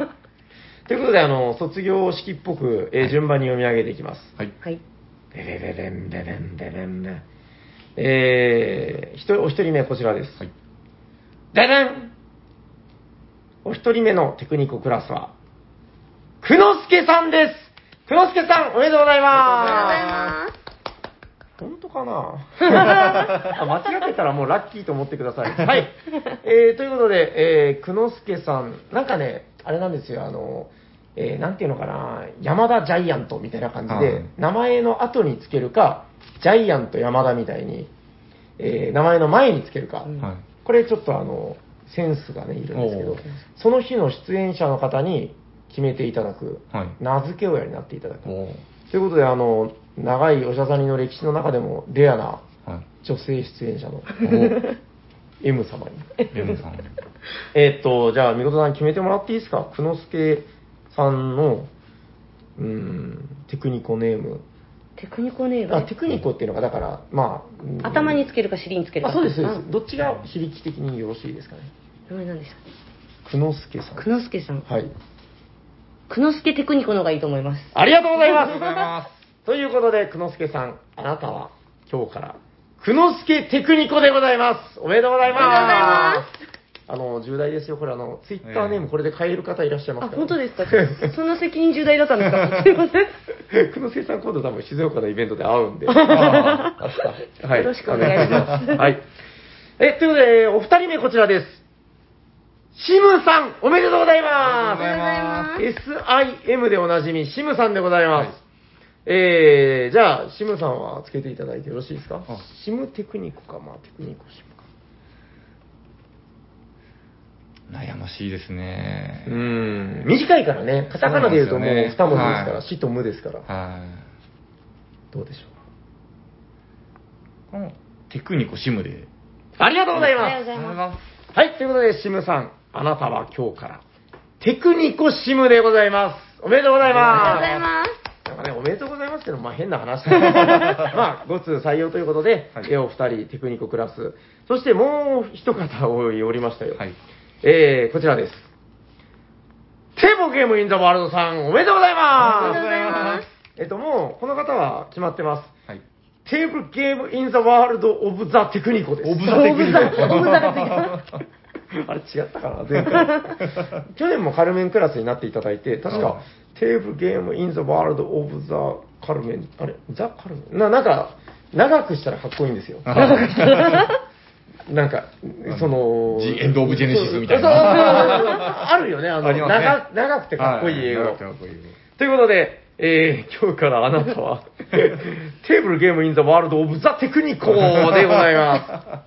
Speaker 2: ということで、卒業式っぽく、順番に読み上げていきます。
Speaker 1: はい。
Speaker 3: はい。
Speaker 2: ベベベベンベベンベベンベお一人目はこちらです。はい。ダダンお一人目のテクニコクラスは、くのすけさんです。くのすけさん、おめでとうございます。本当かな間違ってたらもうラッキーと思ってください。はい。ということで、くのすけさん、なんかね、あれなんですよ、なんていうのかな、山田ジャイアントみたいな感じで、名前の後につけるか、ジャイアント山田みたいに、名前の前につけるか、これちょっとセンスがね、いるんですけど、その日の出演者の方に決めていただく、名付け親になっていただく。ということで、長いおしゃさにの歴史の中でもレアな女性出演者の、M 様に。
Speaker 1: M さん。
Speaker 2: じゃあ、みことさん決めてもらっていいですか？くのすけさんの、テクニコネーム。
Speaker 3: テクニコネーム？
Speaker 2: テクニコっていうのが、だから、
Speaker 3: 頭につけるか尻につけるか。
Speaker 2: そうです、そうです。どっちが響き的によろしいですかね。
Speaker 3: どれなんでしたっけ？
Speaker 2: くのすけさん。
Speaker 3: くのすけさん。
Speaker 2: はい。
Speaker 3: くのすけテクニコの方がいいと思います。
Speaker 2: ありがとうございます。ありがとうございます。ということで、くのすけさん、あなたは今日から、くのすけテクニコでございます。おめでとうございます。 重大ですよ。これツイッターネームこれで変える方いらっしゃいますから。
Speaker 3: 本当ですか。そんな責任重大だったんですか。すいません。
Speaker 2: 久野生産今度多分静岡のイベントで会うんで。
Speaker 3: よろしくお願いします。
Speaker 2: はい。ということで、お二人目こちらです。シムさん、おめでとうございます。
Speaker 3: おめでとうございます。
Speaker 2: SIM でおなじみ、シムさんでございます。じゃあ、シムさんはつけていただいてよろしいですか？シムテクニコか、テクニコシムか。
Speaker 1: 悩ましいですね。
Speaker 2: 短いからね。カタカナで言うともう2文字ですから、シとムですから。どうでしょ
Speaker 1: う。このテクニコシムで。
Speaker 2: ありがとうございます。
Speaker 3: ありがとうございます。
Speaker 2: はい、ということで、シムさん、あなたは今日から、テクニコシムでございます。おめでとうございます。
Speaker 3: ありがとうございます。
Speaker 2: なんかね、おめでとうございますけど、変な話。5通採用ということで、お二人、テクニコクラス。そしてもう一方おりましたよ。こちらです。テーボゲームインザワールドさん、おめでとうございます。
Speaker 3: おめでとうございます。
Speaker 2: もう、この方は決まってます。テーブルゲームインザワールドオブザテクニコです。
Speaker 3: オブザテクニコ。
Speaker 2: あれ違ったかな前回。去年もカルメンクラスになっていただいて、確か、テーブルゲームインザワールドオブザカルメン、あれザカルメンなんか、長くしたらかっこいいんですよ。なんか、
Speaker 1: ジ・エンド・オブ・ジェネシスみたいな。
Speaker 2: あるよね、長くてかっこいい英語。ということで、今日からあなたは、テーブルゲームインザワールドオブザテクニコでございます。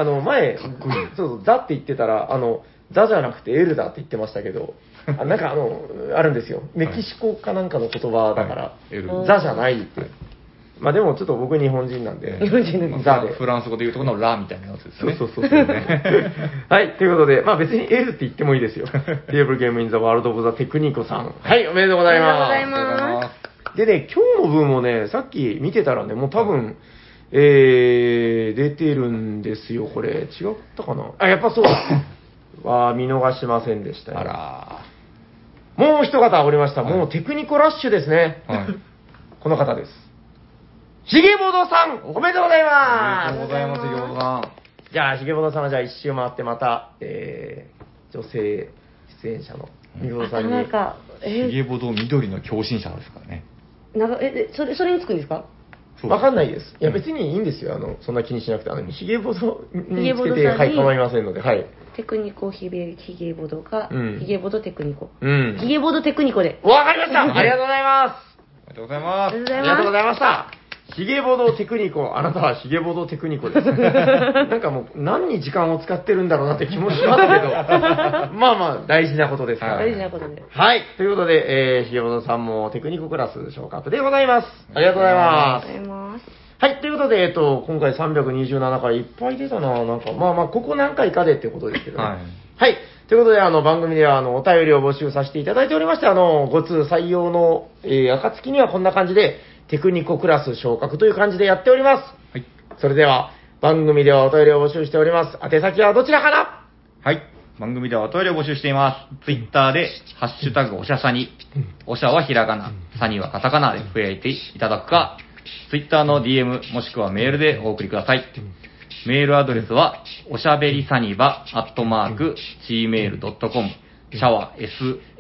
Speaker 2: 前、そうザって言ってたら、ザじゃなくてエルだって言ってましたけど、なんかあるんですよ。メキシコかなんかの言葉だから、ザじゃないって。でもちょっと僕日本人なんで、
Speaker 1: ザで。フランス語で言うとこのラみたいなやつですね。
Speaker 2: そう。はい、ということで、別に L って言ってもいいですよ。テーブルゲームインザワールドオブザテクニコさん。はい、おめでとうございます。
Speaker 3: ありがとうございます。
Speaker 2: でね、今日の分もね、さっき見てたらね、もう多分、出てるんですよ、これ。違ったかなやっぱそうだ。見逃しませんでしたよ。もう一方おりました。もうテクニコラッシュですね。この方です。ヒゲボドさん、おめでとうございます。
Speaker 1: ありがとうございます、ヒゲボドさん。
Speaker 2: じゃあ、ヒゲボドさんはじゃあ一周回ってまた、女性出演者のヒゲボドさんに。
Speaker 1: ヒゲボド緑の共振者ですからね。
Speaker 3: それにつくんですか？
Speaker 2: わかんないです。いや、別にいいんですよ。そんな気にしなくて。ヒゲボドにつけて、はい、構いませんので、はい。
Speaker 3: テクニコヒゲボドか、ヒゲボドテクニコ。
Speaker 2: ヒ
Speaker 3: ゲボドテクニコで。
Speaker 2: わかりましたありがとうございます
Speaker 1: ありがとうございます。
Speaker 2: ありがとうございました。ヒゲボドテクニコ、あなたはヒゲボドテクニコです。なんかもう何に時間を使ってるんだろうなって気もしますけど、大事なことですから。
Speaker 3: 大事なことで。
Speaker 2: はい、ということで、ヒゲボドさんもテクニコクラス昇格でございます。ありがとうございます。はい、ということで、今回327回いっぱい出たな、なんか、ここ何回かでってことですけどね。はい。ということで、番組では、お便りを募集させていただいておりまして、5通採用の、暁にはこんな感じで、テクニコクラス昇格という感じでやっております。
Speaker 1: はい。
Speaker 2: それでは、番組ではお便りを募集しております。宛先はどちらかな？
Speaker 1: はい。番組ではお便りを募集しています。ツイッターで、ハッシュタグおしゃさに、おしゃはひらがな、さにはカタカナで増えていただくか、ツイッターの DM もしくはメールでお送りください。メールアドレスは、おしゃべりさにば、@gmail.com、シャワー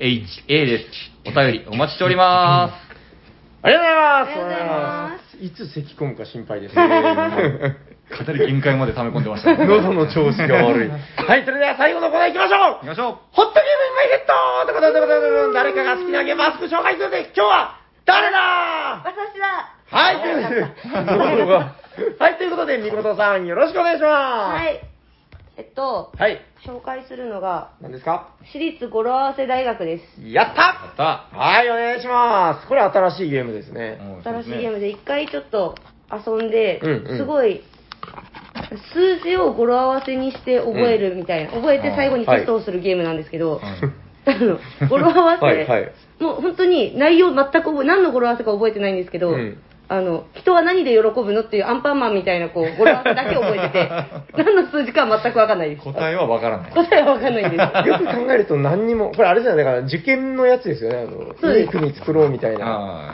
Speaker 1: SHA です。お便りお待ちしております。
Speaker 2: ありがとうございます。いつ咳込むか心配ですね。
Speaker 1: かなり限界まで溜め込んでましたね。
Speaker 2: 喉の調子が悪い。はい、それでは最後のコーナー行きましょう。
Speaker 1: 行きましょう。
Speaker 2: ホットゲームインマイヘッドということで、誰かが好きなゲームマスク紹介するで、今日は誰だ？
Speaker 3: 私だ。
Speaker 2: はい、ということで、はい、ということで、みことさんよろしくお願いします。
Speaker 3: はい。
Speaker 2: はい。
Speaker 3: 紹介するのが、
Speaker 2: 何ですか？
Speaker 3: 私立語呂合わせ大学です。
Speaker 2: やったはい、お願いします。これ新しいゲームですね。
Speaker 3: 新しいゲームで一回ちょっと遊んで、すごい、数字を語呂合わせにして覚えるみたいな、覚えて最後にテストをするゲームなんですけど、語呂合わせ、もう本当に内容全く何の語呂合わせか覚えてないんですけど、人は何で喜ぶのっていうアンパンマンみたいな語呂合わせだけ覚えてて、何の数字かは全く分かんないです。
Speaker 1: 答えは分からない。
Speaker 3: 答えは分かんないんです。
Speaker 2: よく考えると何にも、これあれじゃない、だから受験のやつですよね。いい国作ろうみたいな。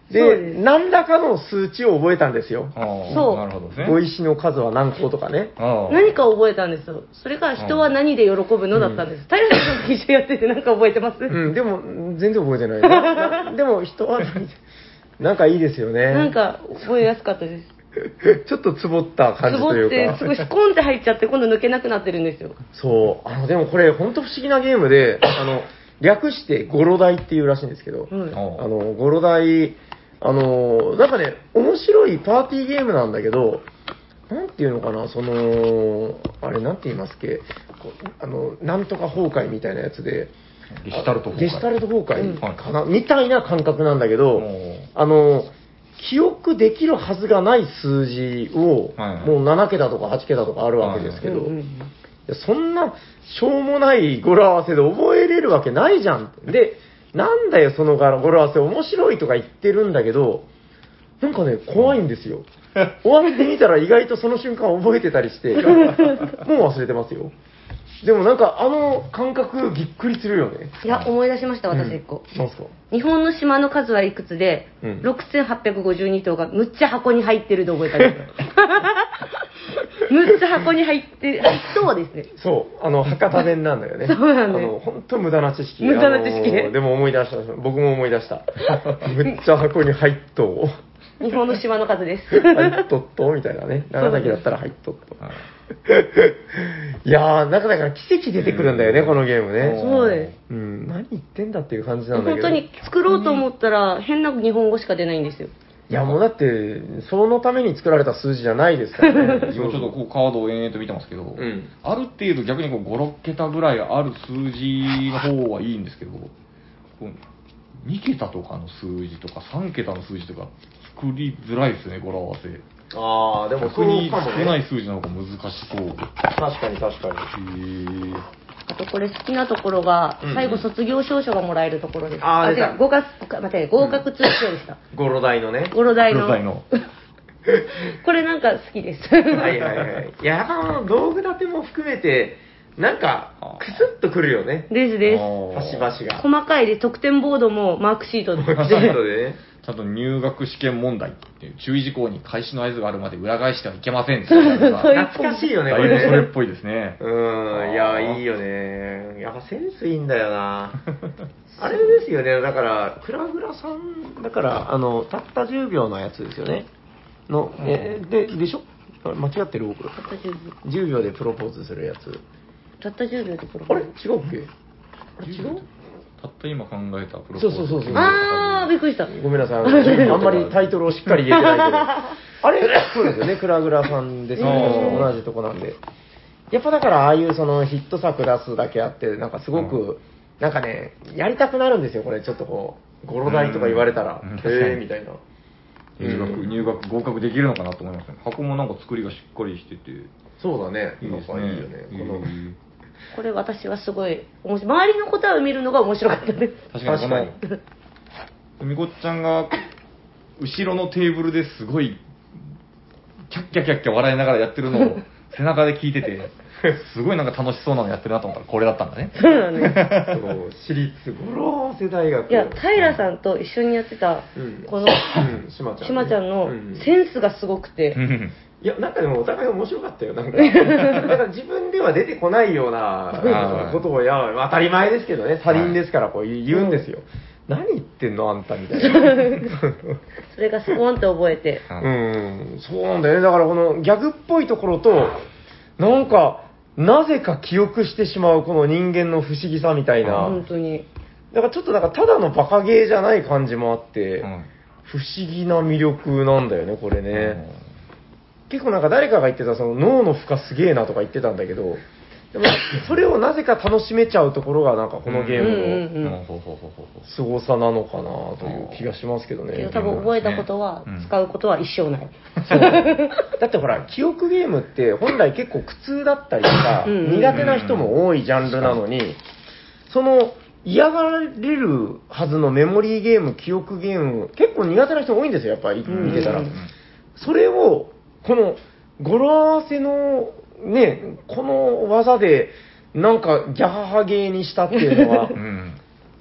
Speaker 2: で、何らかの数値を覚えたんですよ。
Speaker 3: そう。
Speaker 1: なるほどね。
Speaker 2: 碁石の数は何個とかね。
Speaker 3: 何か覚えたんですよ。それが人は何で喜ぶのだったんです。平さんと一緒やってて何か覚えてます？
Speaker 2: でも、全然覚えてない。でも人はなんかいいですよね。
Speaker 3: なんか覚えやすかったです。
Speaker 2: ちょっとつぼった感じというか。
Speaker 3: つぼって、すごいスコーンって入っちゃって、今度抜けなくなってるんですよ。
Speaker 2: そう。でもこれ、ほんと不思議なゲームで、略して、ゴロダイっていうらしいんですけど、ゴロダイ、なんかね、面白いパーティーゲームなんだけど、なんていうのかな、あれ、なんて言いますっけ、なんとか崩壊みたいなやつで、
Speaker 1: ゲシュタルト
Speaker 2: 崩壊かな、みたいな感覚なんだけど、記憶できるはずがない数字を、もう7桁とか8桁とかあるわけですけど、そんなしょうもない語呂合わせで覚えれるわけないじゃん。で、なんだよその語呂合わせ面白いとか言ってるんだけど、なんかね、怖いんですよ。終わってみたら意外とその瞬間覚えてたりして、もう忘れてますよ。でもなんか感覚びっくりするよね。
Speaker 3: いや、思い出しました、私1個。
Speaker 2: 何すか？
Speaker 3: 日本の島の数はいくつで、6852頭がむっちゃ箱に入ってるで覚えたんですよ。むっちゃ箱に入ってる、そうですね。
Speaker 2: そう、博多弁なんだよね。
Speaker 3: そうなんです。
Speaker 2: 本当無駄な知識。
Speaker 3: 無駄な知識で。
Speaker 2: でも思い出した。僕も思い出した。むっちゃ箱に入っと。
Speaker 3: 日本の島の数です。
Speaker 2: 入っとっとみたいなね。長崎だったら入っとっと。いやー、だから奇跡出てくるんだよね、このゲームね。
Speaker 3: そうです。
Speaker 2: 何言ってんだっていう感じなんだけど。
Speaker 3: 本当に作ろうと思ったら変な日本語しか出ないんですよ。
Speaker 2: いや、もうだって、そのために作られた数字じゃないですからね。
Speaker 1: 今ちょっとカードを延々と見てますけど、ある程度逆に5、6桁ぐらいある数字の方はいいんですけど、2桁とかの数字とか3桁の数字とか作りづらいですね、語呂合わせ。
Speaker 2: でも
Speaker 1: 逆に少ない数字の方が難しそう。
Speaker 2: 確かに確かに。
Speaker 3: あとこれ好きなところが、最後卒業証書がもらえるところです。違う、合格通知書でした。
Speaker 2: ゴロ大のね。
Speaker 3: ゴロ大の。これなんか好きです。
Speaker 2: はいはいはい。いや、道具立ても含めて、なんか、クスッとくるよね。
Speaker 3: です。
Speaker 2: 端々が。
Speaker 3: 細かいで、得点ボードもマークシートで。
Speaker 1: ちゃんと入学試験問題っていう注意事項に開始の合図があるまで裏返してはいけませんっていうのが
Speaker 2: 懐かしいよね、これね。
Speaker 1: それっぽいですね。
Speaker 2: いや、いいよね。やっぱセンスいいんだよな。あれですよね、だから、クラグラさん、だから、たった10秒のやつですよね。でしょ間違ってる僕。たった10秒でプロポーズするやつ。
Speaker 3: たった10秒でプロポーズ。
Speaker 2: あれ違うっけ？あれ違う？
Speaker 1: たった今考えたプロポーズ。
Speaker 2: そう。
Speaker 3: びっくりした。
Speaker 2: ごめんなさい。あんまりタイトルをしっかり言えてないけど。あれそうですよね、クラグラさんですよね。同じとこなんで。やっぱだからああいうそのヒット作出すだけあって、なんかすごく、なんかね、やりたくなるんですよ、これ。ちょっとこう、ゴロ大とか言われたら、みたいな。
Speaker 1: 入学合格できるのかなと思いますね。箱もなんか作りがしっかりしてて。
Speaker 2: そうだね。
Speaker 1: いいですね。
Speaker 2: いいよね。
Speaker 3: これ私はすごい周りの答えを見るのが面白かったです。
Speaker 1: 確かに。みこちゃんが後ろのテーブルですごいキャッキャキャッキャ笑いながらやってるのを背中で聞いてて、すごいなんか楽しそうなのやってるなと思ったらこれだったんだね。
Speaker 3: そうなんです。
Speaker 2: 私立語呂合わせ大学。
Speaker 3: いや、平さんと一緒にやってたこのしまちゃんのセンスがすごくて。
Speaker 2: いや、なんかでもお互い面白かったよ。なんか自分では出てこないようなことを当たり前ですけどね、他人ですからこう言うんですよ。何言ってんのあんたみたいな。
Speaker 3: それがスポンって覚えて。
Speaker 2: そうなんだよね。だからこのギャグっぽいところと、なんか、なぜか記憶してしまうこの人間の不思議さみたいな。
Speaker 3: 本当に。
Speaker 2: だからちょっとなんかただのバカゲーじゃない感じもあって、不思議な魅力なんだよね、これね。結構なんか誰かが言ってたその脳の負荷すげえなとか言ってたんだけど、でもそれをなぜか楽しめちゃうところがなんかこのゲームの凄さなのかなという気がしますけどね。
Speaker 3: 多分覚えたことは、使うことは一生ない。
Speaker 2: そうだってほら記憶ゲームって本来結構苦痛だったりとか苦手な人も多いジャンルなのに、その嫌がられるはずのメモリーゲーム、記憶ゲーム結構苦手な人多いんですよ、やっぱり見てたら。それをこの語呂合わせのね、この技でなんかギャハハゲーにしたっていうのは、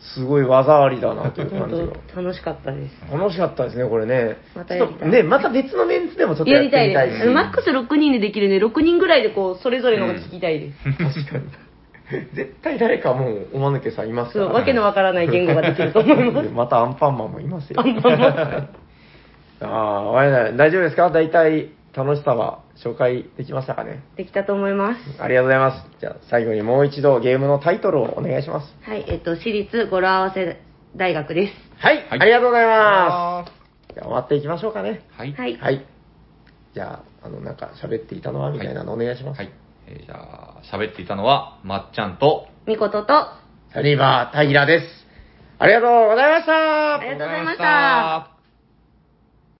Speaker 2: すごい技ありだなという感じが。
Speaker 3: 楽しかったです。
Speaker 2: 楽しかったですね、これね。
Speaker 3: またやりたい。
Speaker 2: ね、また別のメンツでもちょっとやってみたい。
Speaker 3: やりたいです。マックス6人でできるね、6人ぐらいでこう、それぞれのが聞きたいです。
Speaker 2: 確かに。絶対誰かもう、おまぬけさんいますから、
Speaker 3: ね。そう、わけのわからない言語ができると思います。
Speaker 2: またアンパンマンもいますよ。ああ、大丈夫ですか？大体楽しさは紹介できましたかね？
Speaker 3: できたと思います。
Speaker 2: ありがとうございます。じゃあ最後にもう一度ゲームのタイトルをお願いします。
Speaker 3: はい、私立語呂合わせ大学です。
Speaker 2: はい、ありがとうございます。じゃあ終わっていきましょうかね。
Speaker 1: はい。
Speaker 3: はい。
Speaker 2: はい。じゃあ、なんか喋っていたのはみたいなのお願いします。
Speaker 1: はい。じゃあ、喋っていたのは、まっちゃんと、
Speaker 3: みことと、
Speaker 2: サニバー・タイラです。ありがとうございました。
Speaker 3: ありがとうございました。